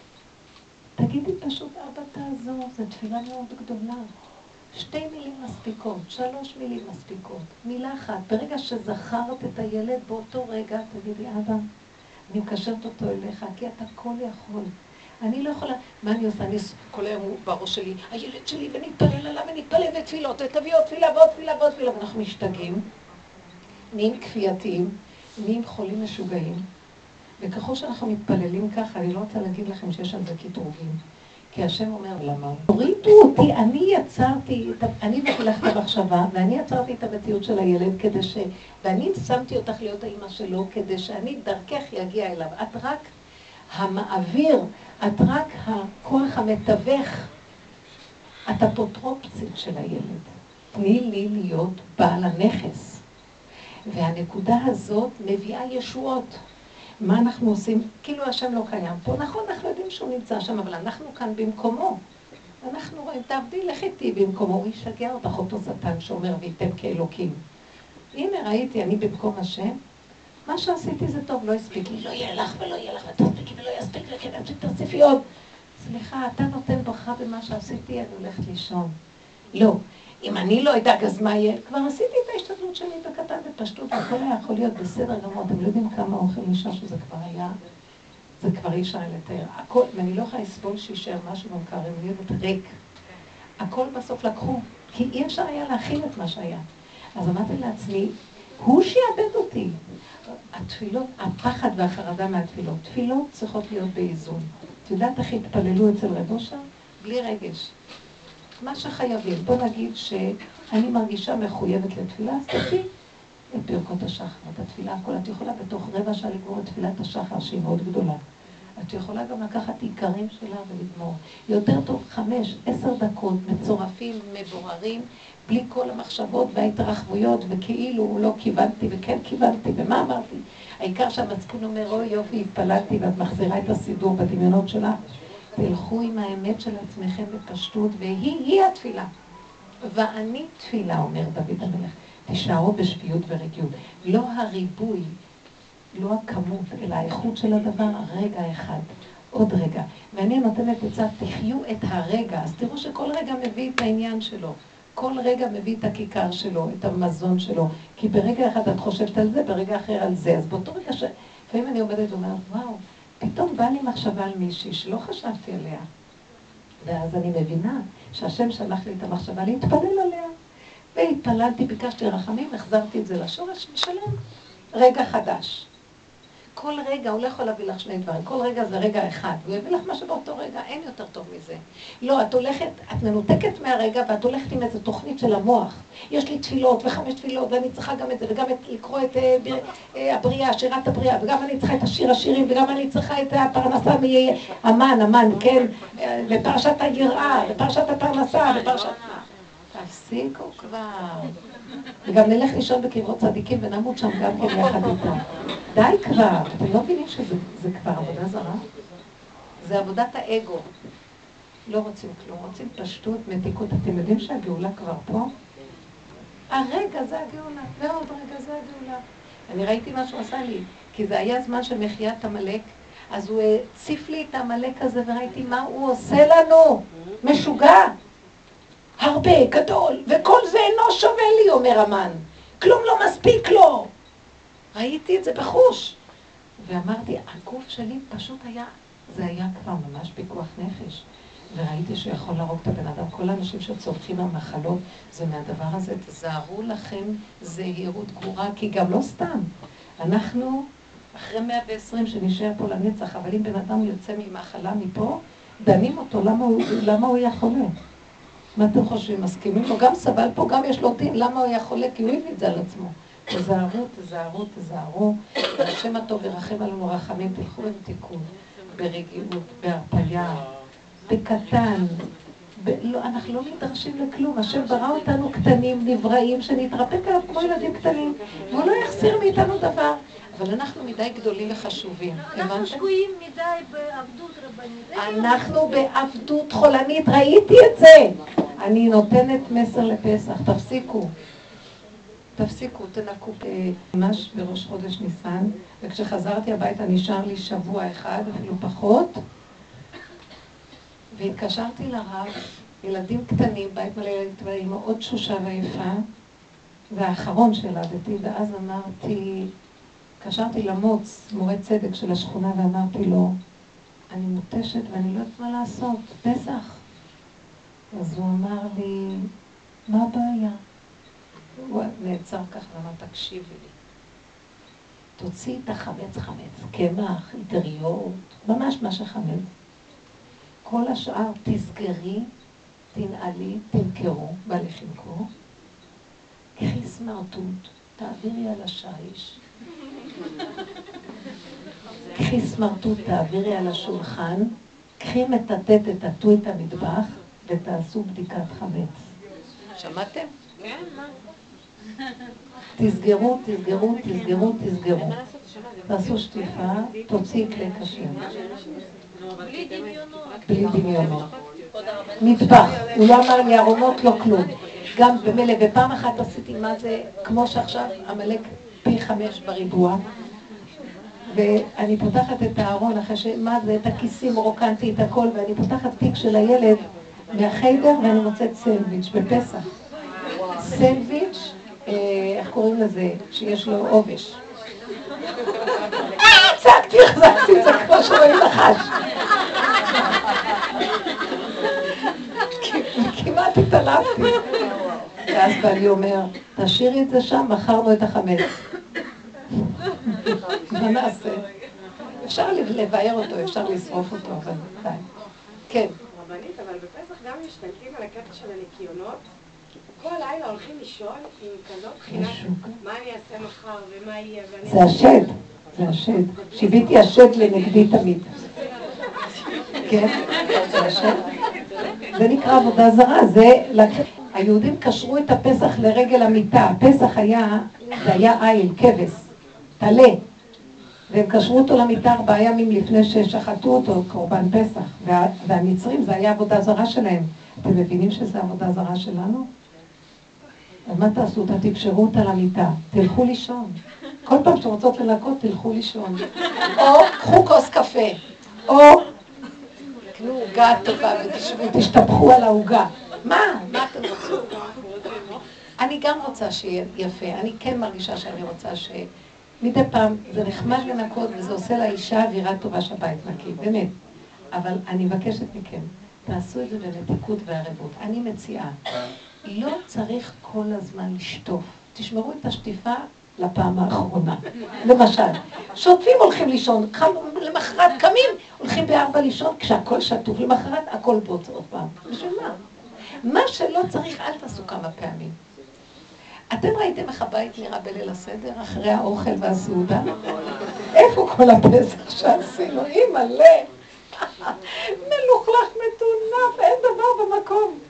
תגידי פשוט, אבא תעזור, זו תפילה מאוד גדולה. 2 מילים מספיקות, 3 מילים מספיקות, מילה אחת. ברגע שזכרת את הילד באותו רגע, תגידי, אבא, אני מקשרת אותו אליך, כי אתה כל יכול. אני לא יכולה, מה אני עושה? אני כל היום הוא בראש שלי, הילד שלי, ונתפלל עליו, ונתפלל ותפילות, ותביא עוד תפילה ועוד תפילה ועוד תפילה, ואנחנו משתגעים, נהיים כפייתיים, נהיים חולים משוגעים, וככל שאנחנו מתפללים ככה, אני לא רוצה להגיד לכם שיש על זה קטרוגים, כי השם אומר, למה? תורידו אותי, אני מפעילך את המחשבה, ואני יצרתי את המציאות של הילד, ואני שמתי אותך להיות האמא שלו, כדי שאני דרכך יגיע אליו. את רק המעביר, את רק הכוח המתווך, את אפוטרופסית של הילד. תני לי להיות בעל הנכס. והנקודה הזאת מביאה ישועות. מה אנחנו עושים? כאילו השם לא קיים פה. נכון, אנחנו יודעים שהוא נמצא שם, אבל אנחנו כאן במקומו. אנחנו רואים, תעבדי, לך איתי במקומו. הוא ישגע אותך אותו שטן שאומר, וייתם כאלוקים. הנה, ראיתי, אני במקום השם. מה שעשיתי זה טוב, לא הספיק לי, לא יהיה לך ולא יהיה לך ותספיקי ולא יספיק לי, כי נמשיך תוסיפי עוד. סליחה, אתה נותן ברכה במה שעשיתי, אני הולכת לישון. לא, אם אני לא אדאג, אז מה יהיה? כבר עשיתי את ההשתדלות שלי בקטן בפשטות, וכל היה יכול להיות בסדר גמור. אתם לא יודעים כמה אוכל נשאר שזה כבר היה, זה כבר אי אפשר לתאר. הכל, ואני לא יכולה לסבול שישאר משהו במקרר, אני יודעת ריק. הכל בסוף לקחו, כי אי אפשר היה להכין את מה שהיה. אז אמרתי לעצמי, הוא שיעבד אותי. התפילות, הפחד והחרדה מהתפילות. תפילות צריכות להיות באיזון. את יודעת איך התפללו אצל רב אושר? בלי רגש. מה שחייבים. בוא נגיד שאני מרגישה מחויבת לתפילה, אז תעשי את ברכות השחר, את התפילה, הכל. את יכולה בתוך רבע שעה לגמור את תפילת השחר, שהיא מאוד גדולה. את יכולה גם לקחת עיקרים שלה ולגמור. יותר טוב 5-10 דקות מצורפים, מבוררים, בלי כל המחשבות וההתרחבויות, וכאילו לא כיוונתי וכן כיוונתי, ומה אמרתי? העיקר שהמצפון אומר, אוי יופי, התפללתי, ואת מחזירה את הסידור בדמיונות שלה. תלכו עם האמת של עצמכם בפשטות, והיא התפילה. ואני תפילה, אומר דוד המלך, תישארו בשפיות ורגיעות. לא הריבוי, לא הכמות, אלא האיכות של הדבר, רגע אחד, עוד רגע. ואני נותנת עצה, תחיו את הרגע, אז תראו שכל רגע מביא את העניין שלו. כל רגע מביא את הכיכר שלו, את המזון שלו. כי ברגע אחד את חושבת על זה, ברגע אחר על זה. אז באותו רגע לפעמים אני עומדת ואומרת, וואו, פתאום בא לי מחשבה על מישהי שלא חשבתי עליה. ואז אני מבינה שהשם שלח לי את המחשבה להתפלל עליה. והתפללתי, ביקשתי רחמים, החזרתי את זה לשורש ושלום. רגע חדש. כל רגע הוא לא יכול להביא לך 2 דברים. כל רגע זה רגע אחד. הוא יביא לך משהו באותו רגע, אין יותר טוב מזה. לא, את הולכת, את מנותקת מהרגע ואת הולכת עם איזו תוכנית של המוח. יש לי תפילות ו5 תפילות ואני צריכה גם את זה וגם לקרוא את הבריאה, שירת הבריאה, וגם אני צריכה את השיר השירים וגם אני צריכה את הפרנסה אמן, כן, ופרשת היראה, ופרשת הפרנסה, ופרשת... תפסיקו כבר. וגם נלך לישון בקברות צדיקים ונמות שם גם כן יחד איתם. די כבר, אתם לא מבינים שזה כבר עבודה זרה? זה עבודת האגו. לא רוצים כלום, רוצים פשטות, מתיקות. אתם יודעים שהגאולה כבר פה? הרגע זה הגאולה, ועוד רגע זה הגאולה. אני ראיתי מה שהוא עשה לי, כי זה היה זמן של מחיית המלאק, אז הוא הציף לי את המלאק הזה וראיתי מה הוא עושה לנו. משוגע. הרבה, גדול, וכל זה אינו שווה לי, אומר המן. כלום לא מספיק לו. ראיתי את זה בחוש. ואמרתי, הגוף שלי פשוט היה, זה היה כבר ממש פיקוח נפש. וראיתי שיכול להרוג את הבן אדם. כל האנשים שצורכים מהמחלות, זה מהדבר הזה. תזהרו לכם זהירות גבורה, כי גם לא סתם. אנחנו, אחרי 120 שנשאר פה לנצח, אבל אם בן אדם יוצא ממחלה מפה, דנים אותו, למה הוא היה חולה? מה אתם חושבים? מסכימים לו? גם סבל פה, גם יש לו דין. למה הוא היה חולה? כי הוא הביא את זה על עצמו. תזהרו, תזהרו, תזהרו. השם הטוב ירחם עלינו רחמים, תלכו ותיקון. ברגיעות, בהרפיה, בקטן. לא, אנחנו לא נדרשים לכלום. השם ברא אותנו קטנים, נבראים, שנתרפק עליו כמו ילדים קטנים. והוא לא יחסיר מאיתנו דבר. אבל אנחנו מדי גדולים וחשובים. אנחנו שגויים מדי בעבדות רבנית. אנחנו בעבדות חולנית, ראיתי את זה. אני נותנת מסר לפסח, תפסיקו. תפסיקו, תנקו. ממש בראש חודש ניסן, וכשחזרתי הביתה נשאר לי שבוע אחד, אפילו פחות, והתקשרתי לרב, ילדים קטנים, בית מלא ילדים קטנים, מאוד תשושה ויפה, והאחרון שלדתי, ואז אמרתי, התקשרתי למוץ, מורה צדק של השכונה, ואמרתי לו, אני מותשת ואני לא יודעת מה לעשות, פסח. אז הוא אמר לי, מה הבעיה? הוא נעצר כך ואמר, תקשיבי לי. תוציאי את החמץ, קמח, איטריות, ממש מה שחמץ. כל השאר תסגרי, תנעלי, תמכרו, בעלי חינקו. קחי סמרטוט, תעבירי על השיש. קחי סמרטוט, תעבירי על השולחן. קחי מטטט, תטטו את המטבח ותעשו בדיקת חמץ. שמעתם? כן, מה? תסגרו. תעשו שטיפה, תוציא כלי קשה. בלי דמיונות. מטבח, הוא לא אמר לי ארונות, לא כלום. גם במלא, ופעם אחת עשיתי מה זה, כמו שעכשיו המלאק פי 5 בריבוע, ואני פותחת את הארון אחרי מה זה, את הכיסים, רוקנתי את הכל, ואני פותחת תיק של הילד מהחיידר, ואני מוצאת סנדוויץ' בפסח. סנדוויץ', איך קוראים לזה? שיש לו עובש. צעקתי, החזקתי את זה כמו שרואים לחש. כמעט התעלפתי. ואז בעלי אומר, תשאירי את זה שם, מכרנו את החמץ. מה נעשה? אפשר לבאר אותו, אפשר לשרוף אותו, אבל די. כן. רבנית, אבל בפסח גם משתלטים על הקטע של הניקיונות. כל לילה הולכים לישון עם כזאת בחינת מה אני אעשה מחר ומה יהיה. זה השד, זה השד. שיביתי השד לנגדי תמיד. כן, זה השד. זה נקרא עבודה זרה, היהודים קשרו את הפסח לרגל המיטה. הפסח זה היה איל, כבש, תלה. והם קשרו אותו למיטה 4 ימים לפני ששחטו אותו, קורבן פסח. והמצרים, זה היה עבודה זרה שלהם. אתם מבינים שזה עבודה זרה שלנו? אז מה תעשו? תקשרו אותה למיטה, תלכו לישון. כל פעם שאתם רוצות לנקות, תלכו לישון. או קחו כוס קפה, או קנו עוגה טובה ותשתפכו על העוגה. מה אתם רוצים? אני גם רוצה שיהיה יפה, אני כן מרגישה שאני רוצה מדי פעם זה נחמד לנקות וזה עושה לאישה אווירה טובה שהבית נקי, באמת. אבל אני מבקשת מכם, תעשו את זה במתיקות וערבות. אני מציעה, לא צריך כל הזמן לשטוף. תשמרו את השטיפה לפעם האחרונה. למשל, שוטפים הולכים לישון, למחרת קמים, הולכים ב4 לישון, כשהכל שטוף, למחרת הכל בוץ עוד פעם. בשביל מה? מה שלא צריך, אל תעשו כמה פעמים. אתם ראיתם איך הבית נראה בליל הסדר, אחרי האוכל והסעודה? איפה כל הפסח שעשינו? מלא. מלוכלך מטונף, אין דבר במקום.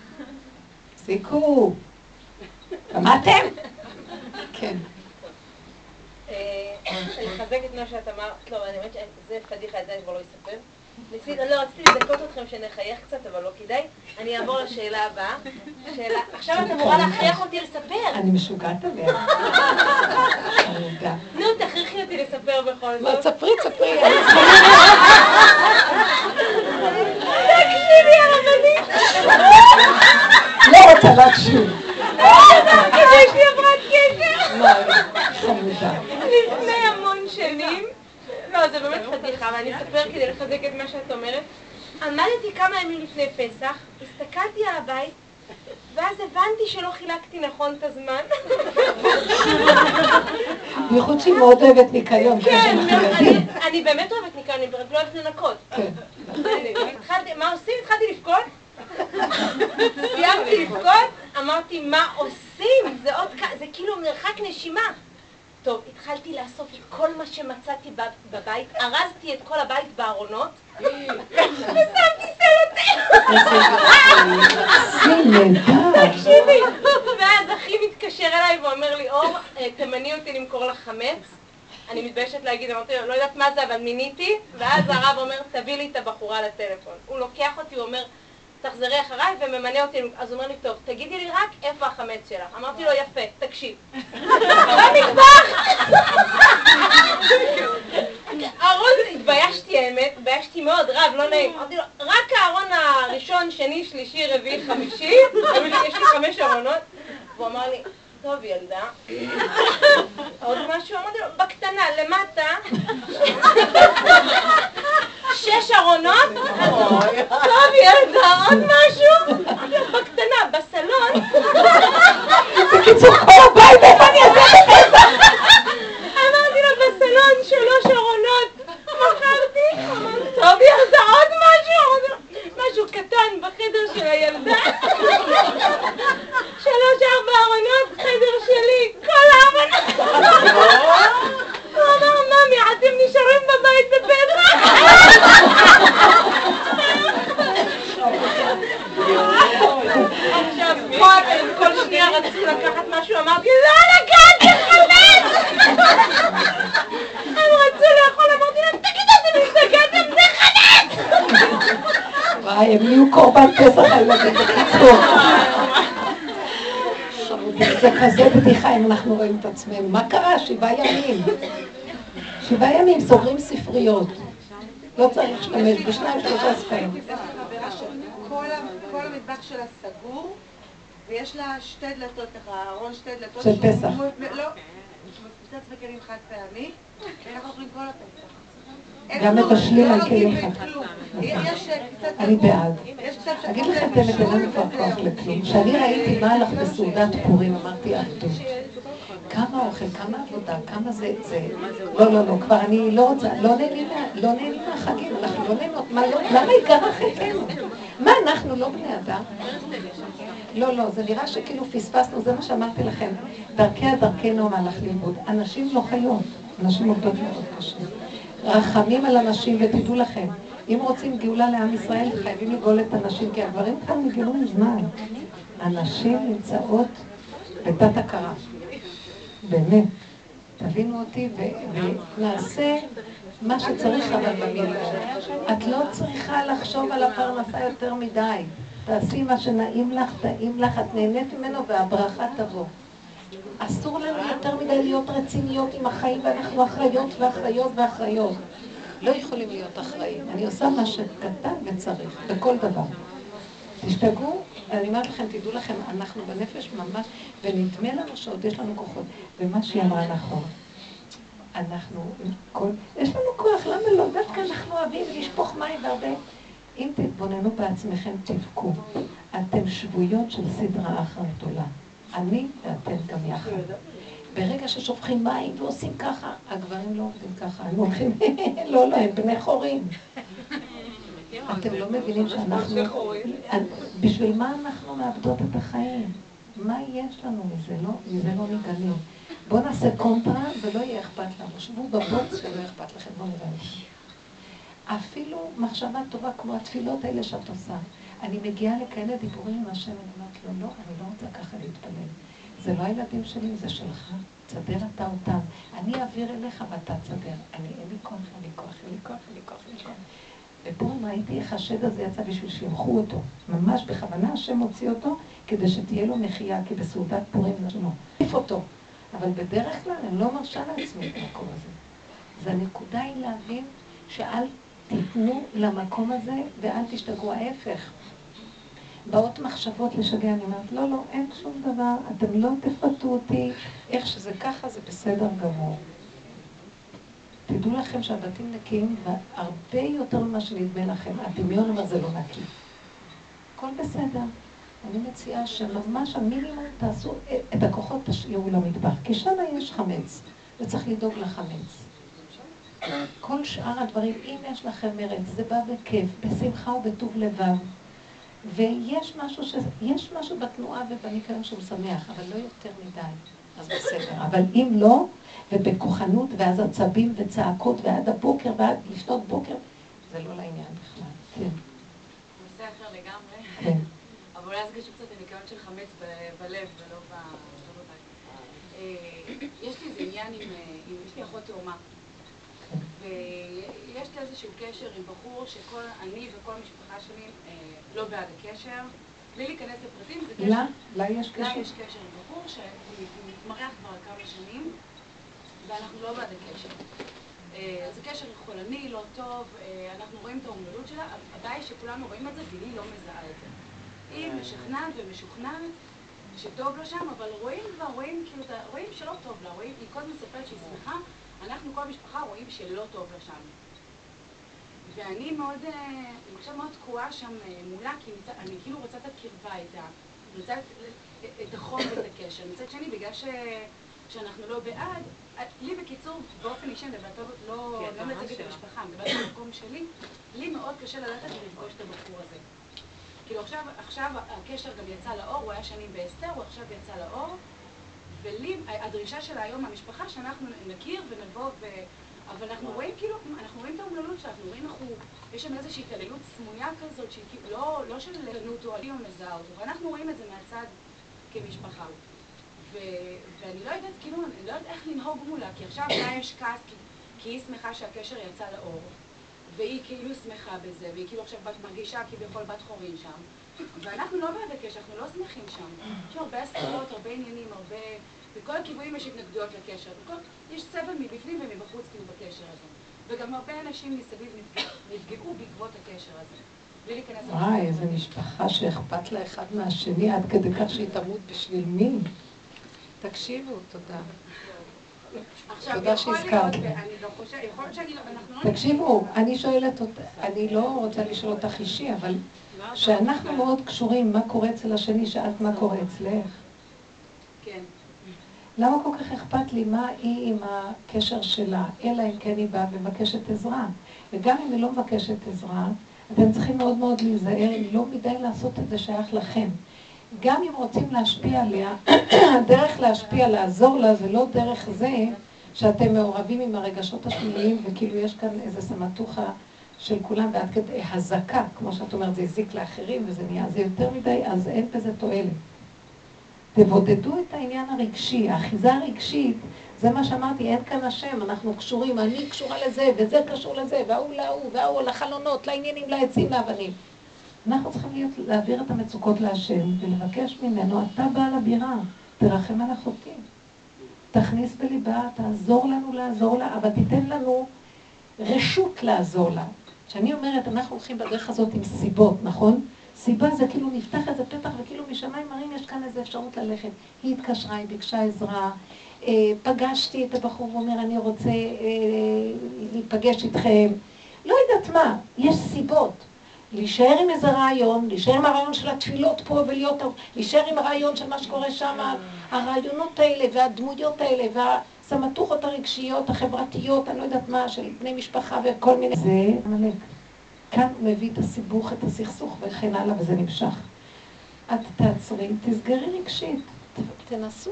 סיכו. שמעתם? כן. אני מחזק את מה שאת אמרת, לא, אני אומרת שזה פדיחה, את זה אני כבר לא אספר. רציתי לדקות אתכם שנחייך קצת, אבל לא כדאי. אני אעבור לשאלה הבאה. עכשיו את אמורה להכריח אותי לספר. אני משוגעת עליה. נו, תכריחי אותי לספר בכל זאת. מה, ספרי. תקשיבי, הרבנית. לא רוצה להקשיב. יש לי עברת קשר. חמודה. לפני המון שנים. לא, זה באמת פדיחה, אבל אני אספר כדי לחזק את מה שאת אומרת. עמדתי כמה ימים לפני פסח, הסתכלתי על הבית, ואז הבנתי שלא חילקתי נכון את הזמן. בייחוד שהיא מאוד אוהבת ניקיון, כן, אני באמת אוהבת ניקיון, אני לא אוהבת לנקות. מה עושים? התחלתי לבכות. סיימתי לבכות, אמרתי מה עושים? זה כאילו מרחק נשימה. טוב, התחלתי לאסוף את כל מה שמצאתי בבית, ארזתי את כל הבית בארונות, ושמתי סלוטייפ. תקשיבי. ואז אחי מתקשר אליי ואומר לי, אור, תמני אותי למכור לך חמץ. אני מתביישת להגיד, אמרתי לו, לא יודעת מה זה, אבל מיניתי. ואז הרב אומר, תביא לי את הבחורה לטלפון. הוא לוקח אותי, הוא אומר, תחזרי אחריי וממנה אותי, אז הוא אומר לי, טוב, תגידי לי רק איפה החמץ שלך. אמרתי לו, יפה, תקשיב. במטבח! ארון, התביישתי האמת, התביישתי מאוד, רב, לא נעים. אמרתי לו, רק הארון הראשון, שני, שלישי, רביעי, חמישי, יש לי 5 ארונות. והוא אמר לי, טוב ילדה, עוד משהו? אמרתי לו, בקטנה, למטה, 6 ארונות? טוב ילדה, עוד משהו? אמרתי לו, בקטנה, בסלון. בקיצור, כל הבית, איפה אני אעשה את זה? אמרתי לו, בסלון 3 ארונות. מכרתי, אמרתי, טוב ילדה, עוד משהו? משהו קטן בחדר של הילדה. 3-4 ארונות, חדר שלי, כל הארונות. הוא אמר, ממי, אתם נשארים בבית בפתח? עכשיו, כל שנייה רצו לקחת משהו, אמרתי, לא לקחתי חמץ! הם רצו לאכול, אמרתי להם, תגידו, אתם השתגעתם, זה חמץ! וואי, הם יהיו קורבן פסח הילדים בקיצור. זה כזה בדיחה אם אנחנו רואים את עצמנו. מה קרה? 7 ימים. 7 ימים סוגרים ספריות. לא צריך להשתמש ב2-3 ספרים. כל המטבח שלה סגור, ויש לה 2 דלתות, ככה, ארון 2 דלתות. של פסח. לא, קצת בכלים חד פעמי, ואנחנו אוכלים כל הפסח. גם מבשלים על כלים חד. אני בעד. אגיד לכם את האמת, אין לנו כבר כוח לכלום. כשאני ראיתי מה הלך בסעודת פורים, אמרתי, עבדות. כמה אוכל, כמה עבודה, כמה זה... לא, כבר אני לא רוצה, לא נהנים מהחגים, אנחנו לא נהנות, למה יקרה חטאנו? מה, אנחנו לא בני אדם? לא, זה נראה שכאילו פספסנו, זה מה שאמרתי לכם. דרכנו מהלך לאיבוד. אנשים לא חיות, אנשים עובדות מאוד קשה. רחמים על אנשים, ותדעו לכם, אם רוצים גאולה לעם ישראל, חייבים לגאול את אנשים, כי הדברים כאן נגאלו מזמן. אנשים נמצאות בתת הכרה. באמת. תבינו אותי ונעשה מה שצריך אבל במילים. את לא צריכה לחשוב על הפרנסה יותר מדי. תעשי מה שנעים לך, טעים לך, את נהנית ממנו והברכה תבוא. אסור לנו יותר מדי להיות רציניות עם החיים, ואנחנו אחריות ואחריות. לא יכולים להיות אחראים. אני עושה מה שקטן וצריך, בכל דבר. תשתגעו, אני אומרת לכם, תדעו לכם, אנחנו בנפש ממש, ונדמה לנו שעוד יש לנו כוחות. ומה שהיא אמרה נכון, יש לנו כוח, למה לא? דווקא אנחנו אוהבים לשפוך מים והרבה. אם תתבוננו בעצמכם, תבכו. אתם שבויות של סדרה אחרת עולם. אני ואתם גם יחד. ברגע ששופכים מים ועושים ככה, הגברים לא עובדים ככה, הם הולכים, לא, הם בני חורים. אתם לא מבינים שאנחנו, בשביל מה אנחנו מאבדות את החיים? מה יש לנו מזה לא נגלים. בואו נעשה קונטרה ולא יהיה אכפת לנו. שבו בבוץ שלא אכפת לכם, בואו נראה לכם. אפילו מחשבה טובה כמו התפילות האלה שאת עושה. אני מגיעה לכאלה דיבורים עם השם, אני אומרת לו, לא, אני לא רוצה ככה להתפלל. זה לא הילדים שלי, זה שלך. תסדר אתה אותם. אני אעביר אליך ואתה תסדר. אין לי כוח. ופעם ראיתי איך השד הזה יצא בשביל שימחו אותו. ממש בכוונה השם הוציא אותו כדי שתהיה לו מחייה, כי בסעודת פורים נשמו. תעיף אותו. אבל בדרך כלל אני לא מרשה לעצמי את המקום הזה. אז הנקודה היא להבין שאל תיתנו למקום הזה ואל תשתגעו ההפך. באות מחשבות לשגע, אני אומרת, לא, אין שום דבר, אתם לא תפתו אותי, איך שזה ככה זה בסדר גמור. תדעו לכם שהבתים נקיים והרבה יותר ממה שנדמה לכם, הדמיון אומר זה לא נקי. הכל בסדר. אני מציעה שממש המינימום תעשו את הכוחות תשאירו למטבח, כי שם יש חמץ, וצריך לדאוג לחמץ. כל שאר הדברים, אם יש לכם מרץ, זה בא בכיף, בשמחה ובטוב לבב. ויש משהו בתנועה ובניקיון שהוא שמח, אבל לא יותר מדי, אז בסדר. אבל אם לא, ובכוחנות ואז עצבים וצעקות ועד הבוקר ועד לפנות בוקר, זה לא לעניין בכלל. כן. נושא אחר לגמרי. כן. אבל אולי אז קשור קצת לניקיון של חמץ בלב ולא בבית. יש לי איזה עניין עם, יש לי אחות תאומה. ויש לי איזשהו קשר עם בחור שכל אני וכל המשפחה שלי לא בעד הקשר. בלי להיכנס לפרטים, זה קשר... לה יש קשר? לה יש קשר עם בחור שמתמרח כבר כמה שנים, ואנחנו לא בעד הקשר. זה קשר חולני, לא טוב, אנחנו רואים את האומללות שלה, הבעיה היא שכולנו רואים את זה והיא לא מזהה את זה. היא משכנעת ומשוכנעת שטוב לה שם, אבל רואים שלא טוב לה, היא כל הזמן מספרת שהיא שמחה, אנחנו כל המשפחה רואים שלא טוב לה שם. ואני עכשיו מאוד תקועה שם מולה, כי אני כאילו רוצה את הקרבה איתה, רוצה את החום ואת הקשר. מצד שני, בגלל שאנחנו לא בעד, לי בקיצור, באופן אישי, לא מייצגת את המשפחה, אני מדברת במקום שלי, לי מאוד קשה ללכת ולפגוש את הבחור הזה. כאילו עכשיו הקשר גם יצא לאור, הוא היה שנים באסתר, הוא עכשיו יצא לאור, ולי, הדרישה שלה היום מהמשפחה שאנחנו נכיר ונבוא אבל אנחנו רואים כאילו, אנחנו רואים את האומללות שלה, אנחנו רואים יש שם איזושהי התעללות סמויה כזאת, שהיא לא של לנות או עלי או מזהה אותו, ואנחנו רואים את זה מהצד כמשפחה. ואני לא יודעת, כאילו, אני לא יודעת איך לנהוג מולה, כי עכשיו לה יש כעס, כי היא שמחה שהקשר יצא לאור, והיא כאילו שמחה בזה, והיא כאילו עכשיו מרגישה כביכול בת חורין שם, ואנחנו לא בעד הקשר, אנחנו לא שמחים שם. יש הרבה הסתרות, הרבה עניינים, הרבה... בכל הכיוונים יש התנגדויות לקשר, יש סבל מבפנים ומבחוץ כאילו בקשר הזה. וגם הרבה אנשים מסביב נפגעו בעקבות הקשר הזה. בלי להיכנס... וואי, איזה משפחה שאכפת לה אחד מהשני, עד כדי כך שהיא תמות בשביל מי. תקשיבו, תודה. תודה שהזכרת. תקשיבו, אני שואלת אותה, אני לא רוצה לשאול אותך אישי, אבל שאנחנו מאוד קשורים, מה קורה אצל השני, שאת מה קורה אצלך. כן. למה כל כך אכפת לי מה היא עם הקשר שלה, אלא אם כן היא באה ומבקשת עזרה. וגם אם היא לא מבקשת עזרה, אתם צריכים מאוד מאוד להיזהר, לא מדי לעשות את זה שייך לכם. גם אם רוצים להשפיע עליה, הדרך להשפיע, לעזור לה, זה לא דרך זה שאתם מעורבים עם הרגשות השליליים, וכאילו יש כאן איזו סמטוחה של כולם, ועד כדי הזקה, כמו שאת אומרת, זה הזיק לאחרים, וזה נהיה, זה יותר מדי, אז אין בזה תועלת. תבודדו את העניין הרגשי, האחיזה הרגשית, זה מה שאמרתי, אין כאן השם, אנחנו קשורים, אני קשורה לזה, וזה קשור לזה, והוא להוא, והוא לחלונות, לעניינים, לעצים, לאבנים. אנחנו צריכים להעביר את המצוקות להשם, ולבקש ממנו, אתה בעל הבירה, תרחם על אחותי. תכניס בליבה, תעזור לנו לעזור לה, אבל תיתן לנו רשות לעזור לה. כשאני אומרת, אנחנו הולכים בדרך הזאת עם סיבות, נכון? סיבה זה כאילו נפתח איזה פתח וכאילו משמיים מראים יש כאן איזו אפשרות ללכת. היא התקשרה, היא ביקשה עזרה, פגשתי את הבחור ואומר אני רוצה להיפגש איתכם. לא יודעת מה, יש סיבות. להישאר עם איזה רעיון, להישאר עם הרעיון של התפילות פה ולהיות, להישאר עם הרעיון של מה שקורה שם, הרעיונות האלה והדמויות האלה והסמטוחות הרגשיות, החברתיות, אני לא יודעת מה, של בני משפחה וכל מיני. זה מלך. כאן הוא מביא את הסיבוך, את הסכסוך וכן הלאה, וזה נמשך. את תעצרי, תסגרי רגשית, תנסו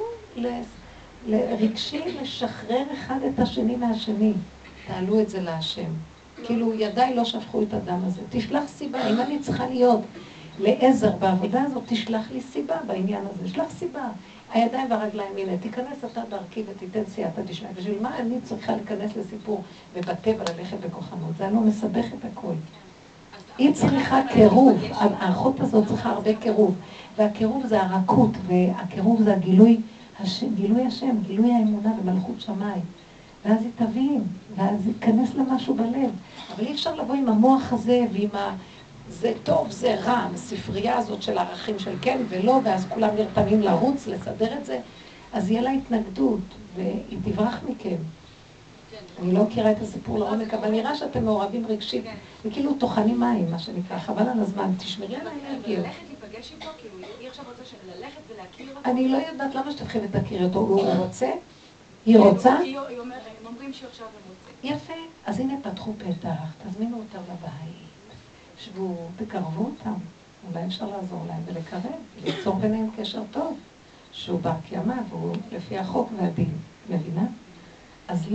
לרגשי לשחרר אחד את השני מהשני. תעלו את זה להשם. כאילו ידיי לא שפכו את הדם הזה. תשלח סיבה, אם אני צריכה להיות לעזר בעבודה הזאת, תשלח לי סיבה בעניין הזה. שלח סיבה. הידיים והרגליים, הנה, תיכנס אתה דרכי ותיתן סייעתא דשמיא. בשביל מה אני צריכה להיכנס לסיפור ובטבע ללכת בכוחנות? זה לא מסבך את הכל. היא צריכה קירוב, האחות הזאת צריכה הרבה קירוב, והקירוב זה הרכות, והקירוב זה הגילוי השם, גילוי האמונה במלכות שמיים. ואז היא תבין, ואז ייכנס למשהו בלב. אבל אי אפשר לבוא עם המוח הזה ועם זה טוב, זה רע, הספרייה הזאת של הערכים של כן ולא, ואז כולם נרתמים לרוץ, לסדר את זה, אז יהיה לה התנגדות, והיא תברח מכם. אני לא מכירה את הסיפור לעומק, אבל נראה שאתם מעורבים רגשית, וכאילו טוחנים מים, מה שנקרא, חבל על הזמן, תשמרי על האנרגיות. ללכת להיפגש איתו, כאילו, היא עכשיו רוצה ללכת ולהכיר אותו. אני לא יודעת למה שתתחיל ותכיר אותו, הוא רוצה? היא רוצה? הם אומרים שעכשיו הם רוצים. יפה, אז הנה פתחו פתח, תזמינו אותם לבית, שבו, תקרבו אותם, אולי אפשר לעזור להם ולקרב, ליצור ביניהם קשר טוב, שהוא בר קיימא והוא לפי החוק והדין, מבינה? אז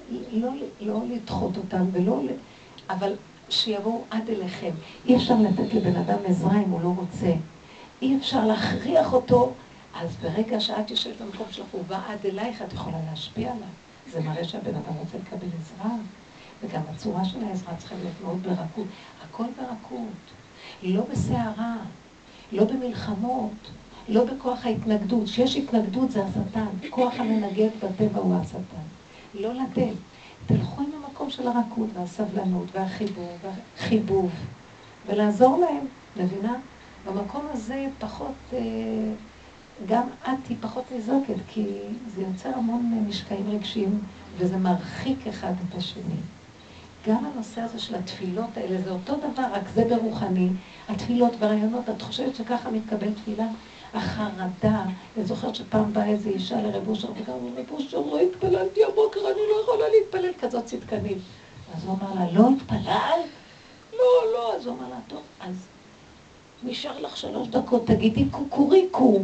לא לדחות אותם אבל שיבואו עד אליכם. אי אפשר לתת לבן אדם עזרה אם הוא לא רוצה. אי אפשר להכריח אותו. אז ברגע שאת יושבת במקום שלך, הוא בא עד אלייך, את יכולה להשפיע עליו. זה מראה שהבן אדם רוצה לקבל עזרה. וגם הצורה של העזרה צריכה להיות מאוד ברכות. הכל ברכות, לא בסערה, לא במלחמות, לא בכוח ההתנגדות. שיש התנגדות זה השטן, כוח המנגד בטבע הוא השטן. לא לתת, תלכו עם המקום של הרכות והסבלנות והחיבור והחיבוב, ולעזור להם, מבינה? במקום הזה פחות, גם את היא פחות נזרקת, כי זה יוצר המון משקעים רגשיים, וזה מרחיק אחד את השני. גם הנושא הזה של התפילות האלה, זה אותו דבר, רק זה ברוחני. התפילות והרעיונות, את חושבת שככה מתקבל תפילה? החרדה, אני זוכרת שפעם באה איזו אישה לרב אושר, וגם רב אושר, לא התפללתי הבוקר, אני לא יכולה להתפלל, כזאת צדקנית. אז הוא אמר לה, לא התפלל? לא, אז הוא אמר לה, טוב, אז נשאר לך 3 דקות, תגידי קוקוריקו.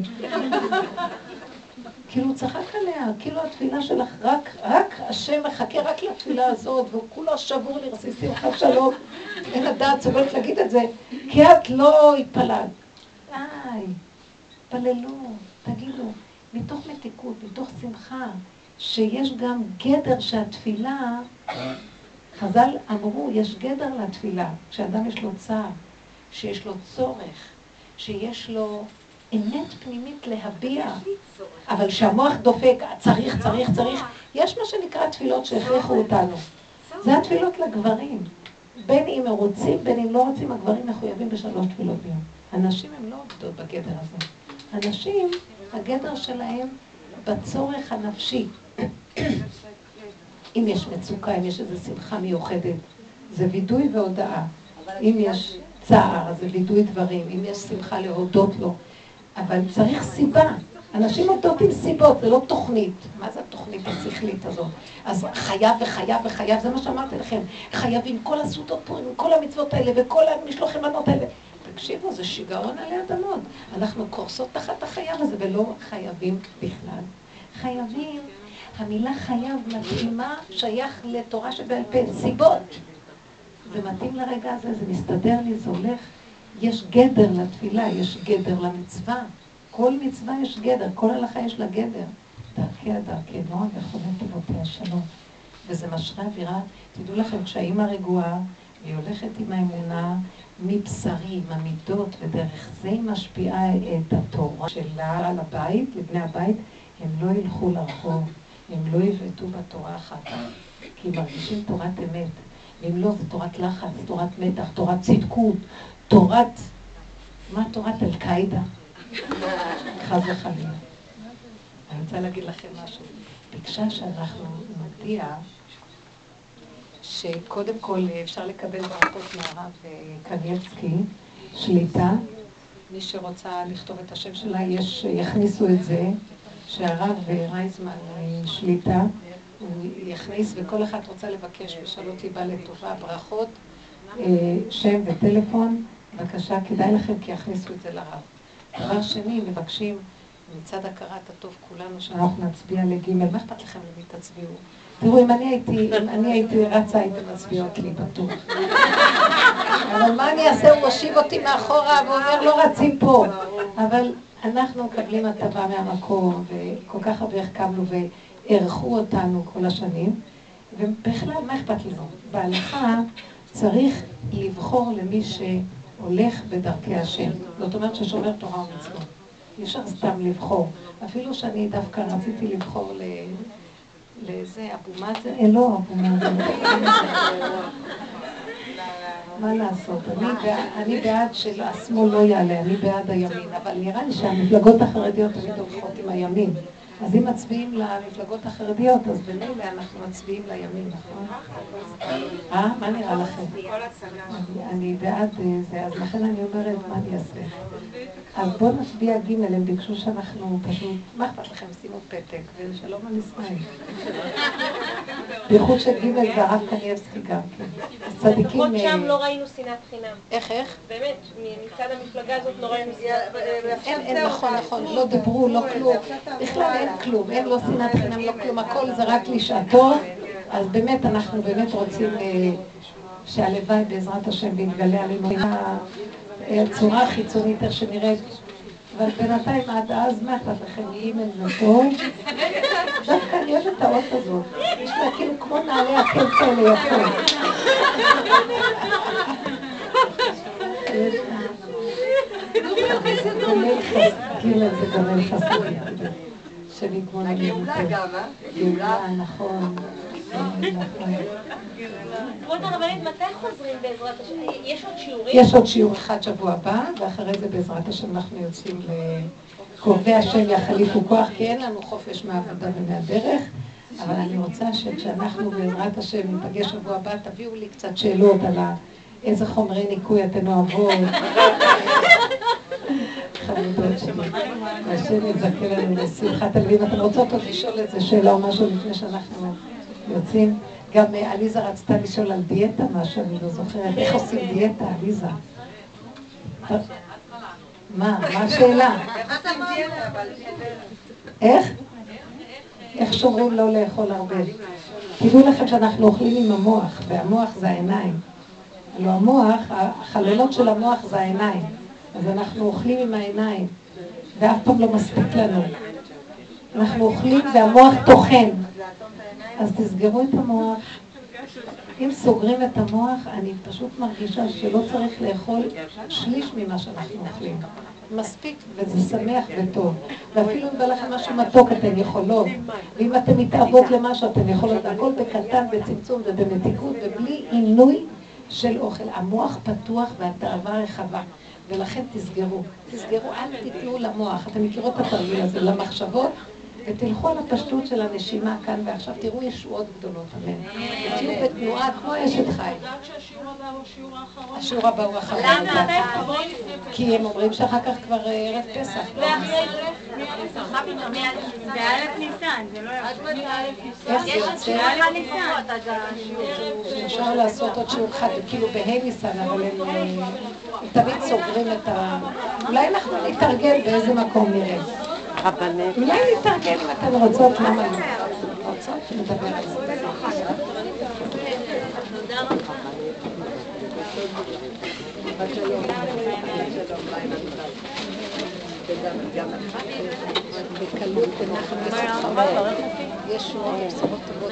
כאילו הוא צחק עליה, כאילו התפילה שלך, רק השם מחכה רק לתפילה הזאת, והוא כולו שבור לרסיסים, חד שלום, אין הדעת סובלת להגיד את זה, כי את לא התפללת. די, פללו, תגידו, מתוך מתיקות, מתוך שמחה, שיש גם גדר שהתפילה, חז"ל אמרו, יש גדר לתפילה, כשאדם יש לו צער, שיש לו צורך, שיש לו אמת פנימית להביע, אבל שהמוח דופק, צריך, יש מה שנקרא תפילות שהכריחו אותנו. זה התפילות לגברים. בין אם הם רוצים, בין אם לא רוצים, הגברים מחויבים ב3 תפילות ביום. הנשים הן לא עובדות בגדר הזה. הנשים, הגדר שלהם בצורך הנפשי. אם יש מצוקה, אם יש איזו שמחה מיוחדת, זה וידוי והודעה. אם יש צער, זה וידוי דברים. אם יש שמחה להודות לו. אבל צריך סיבה. אנשים עובדות עם סיבות, זה לא תוכנית. מה זה התוכנית השכלית הזאת? אז חייב, זה מה שאמרתי לכם. חייבים כל הסעודות פה, עם כל המצוות האלה וכל המשלוחי מנות האלה. תקשיבו, זה שיגעון עלי אדמות. אנחנו קורסות תחת החייב הזה ולא חייבים בכלל. חייבים, המילה חייב מתאימה, שייך לתורה שבעל פה, סיבות. זה מתאים לרגע הזה, זה מסתדר לי, זה הולך. יש גדר לתפילה, יש גדר למצווה. כל מצווה יש גדר, כל הלכה יש לה גדר. דרכי נועם וחומת תיבותיה שלום. וזה משרה אווירה, תדעו לכם, כשהאימא רגועה, היא הולכת עם האמונה מבשרי, עם המידות, ודרך זה היא משפיעה את התורה שלה על הבית, לבני הבית, הם לא ילכו לרחוב, הם לא יבטאו בתורה אחת, כי הם מרגישים תורת אמת. ואם לא, זה תורת לחץ, תורת מתח, תורת צדקות, מה תורת אל-קאידה? חס וחלילה. אני רוצה להגיד לכם משהו. ביקשה שאנחנו נודיע שקודם כל אפשר לקבל ברכות מהרב קניאבסקי, שליטה. מי שרוצה לכתוב את השם שלה, יכניסו את זה, שהרב רייזמן שליטה, הוא יכניס, וכל אחד רוצה לבקש בשאלות ליבה לטובה, ברכות, שם וטלפון, בבקשה, כדאי לכם כי יכניסו את זה לרב. דבר שני, מבקשים מצד הכרת הטוב כולנו שאנחנו נצביע לג' מה אכפת לכם למי תצביעו? תראו, אם אני הייתי רצה, הייתם מצביעות לי בטוח. אבל מה אני אעשה? הוא מושיב אותי מאחורה ואומר, לא רצים פה. אבל אנחנו מקבלים הטבה מהמקום, וכל כך הרבה החכמנו וערכו אותנו כל השנים, ובכלל, מה אכפת לנו? בהלכה צריך לבחור למי שהולך בדרכי השם. זאת אומרת ששומר תורה ומצוות. אי אפשר סתם לבחור. אפילו שאני דווקא רציתי לבחור לאיזה אבו מאזן, לא אבו מאזן. מה לעשות? אני בעד שהשמאל לא יעלה, אני בעד הימין, אבל נראה לי שהמפלגות החרדיות תמיד הולכות עם הימין. אז אם מצביעים למפלגות החרדיות, אז במילא אנחנו מצביעים לימין, נכון? מה נראה לכם? אני בעד זה, אז לכן אני אומרת, מה אני אעשה? אז בואו נצביע ג', הם ביקשו שאנחנו פשוט, מה אכפת לכם? שימו פתק, ושלום על ישראל. בייחוד של ג' והרב קניאבסקי גם כן. צדיקים... לפחות שם לא ראינו שנאת חינם. איך? באמת, מצד המפלגה הזאת לא ראינו שנאת חינם. אין, נכון, לא דיברו, לא כלום. בכלל אין כלום, אין לא שנאת חינם, לא כלום, הכל זה רק לשעתו. אז באמת, אנחנו באמת רוצים שהלוואי בעזרת השם ויתגלה עלינו הצורה החיצונית, איך שנראית, אבל בינתיים עד אז, מה אכפת לכם? אימייל וטוב? דווקא אני אוהבת את האות הזאת. יש לה כאילו כמו נעלי הקל כאלה יפות. גילה זה גומל חסודי. שנגמון הגאולה גם, גאולה, נכון. כבוד הרבנית, מתי חוזרים בעזרת השם? יש עוד שיעורים? יש עוד שיעור אחד שבוע הבא, ואחרי זה בעזרת השם אנחנו יוצאים לקובעי השם יחליפו כוח, כי אין לנו חופש מהעבודה ומהדרך, אבל אני רוצה שכשאנחנו בעזרת השם ניפגש שבוע הבא, תביאו לי קצת שאלות על איזה חומרי ניקוי אתן אוהבות. חמודות שלי. והשם יזכה לנו לשמחת הלב. אם אתם רוצות עוד לשאול איזה שאלה או משהו לפני שאנחנו יוצאים, גם עליזה רצתה לשאול על דיאטה משהו, אני לא זוכרת. איך עושים דיאטה, עליזה? מה השאלה? איך? איך שומרים לא לאכול הרבה? תדעו לכם שאנחנו אוכלים עם המוח, והמוח זה העיניים. הלוא המוח, החלונות של המוח זה העיניים. אז אנחנו אוכלים עם העיניים, ואף פעם לא מספיק לנו. אנחנו אוכלים והמוח טוחן. אז תסגרו את המוח. אם סוגרים את המוח, אני פשוט מרגישה שלא צריך לאכול שליש ממה שאנחנו אוכלים. מספיק, וזה שמח וטוב. ואפילו אם בא לכם משהו מתוק, אתן יכולות. ואם אתן מתאהבות למשהו, אתן יכולות. הכל בקטן, בצמצום ובמתיקות, ובלי עינוי של אוכל. המוח פתוח והתאווה רחבה. ולכן תסגרו, אל תיתנו למוח, אתם מכירות את התרגיל הזה, למחשבות, ותלכו על הפשטות של הנשימה כאן ועכשיו, תראו ישועות גדולות, אמן. תהיו בתנועה כמו אשת חי. שהשיעור הבא הוא השיעור האחרון. השיעור הבא הוא האחרון. כי הם אומרים שאחר כך כבר ערב פסח. באלף ניסן, זה לא איך זה יוצא? אפשר לעשות עוד שיעור אחד, כאילו בהי ניסן, אבל הם תמיד סוגרים את ה... אולי אנחנו נתרגל באיזה מקום נראה. אולי נתרגל אם אתן רוצות, למה לא? רוצות? נדבר על זה. תודה רבה. בקלות, בנחם ושמחה. יש שורות ובשורות טובות.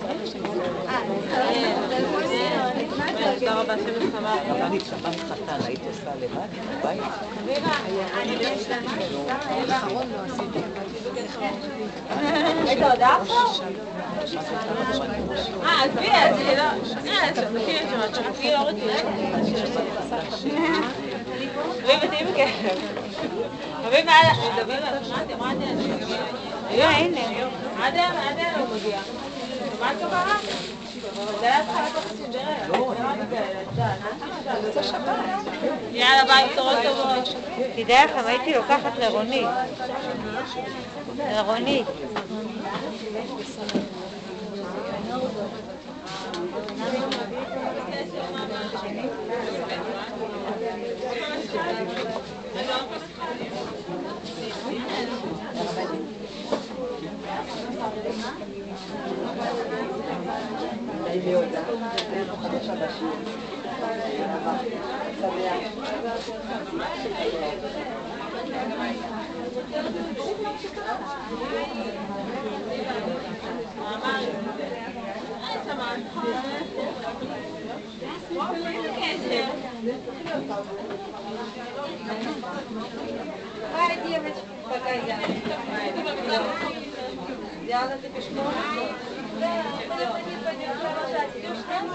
תודה רבה, שם שמח. רבנית שבת חתן, היית עושה לבד? בבית? האחרון לא עשיתי. היית הודעה עכשיו? עזבי, אני לא... שתכיר את שמה, שתכיר לא רצית. רבי בתאים בכיף. רבי מעלה, דוד, שמעתי, אמרתי, הנה, עד הוא מגיע. מה את קרה? זה היה צריכה לקחת סודרה. יאללה, ביי, בשורות טובות. תדע לכם, הייתי לוקחת לרונית. לרונית. Vai, девочка, пока я. Диана, ты пешком? Да, не пойдем провожать. Идешь там?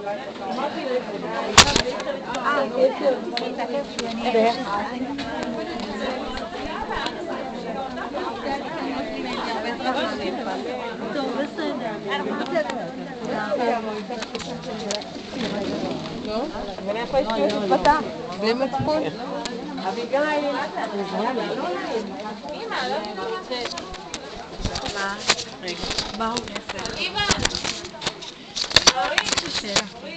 מאיפה יש לי פתח? בלי מצפון? אביגיל. מה הוא נעשה? אימא!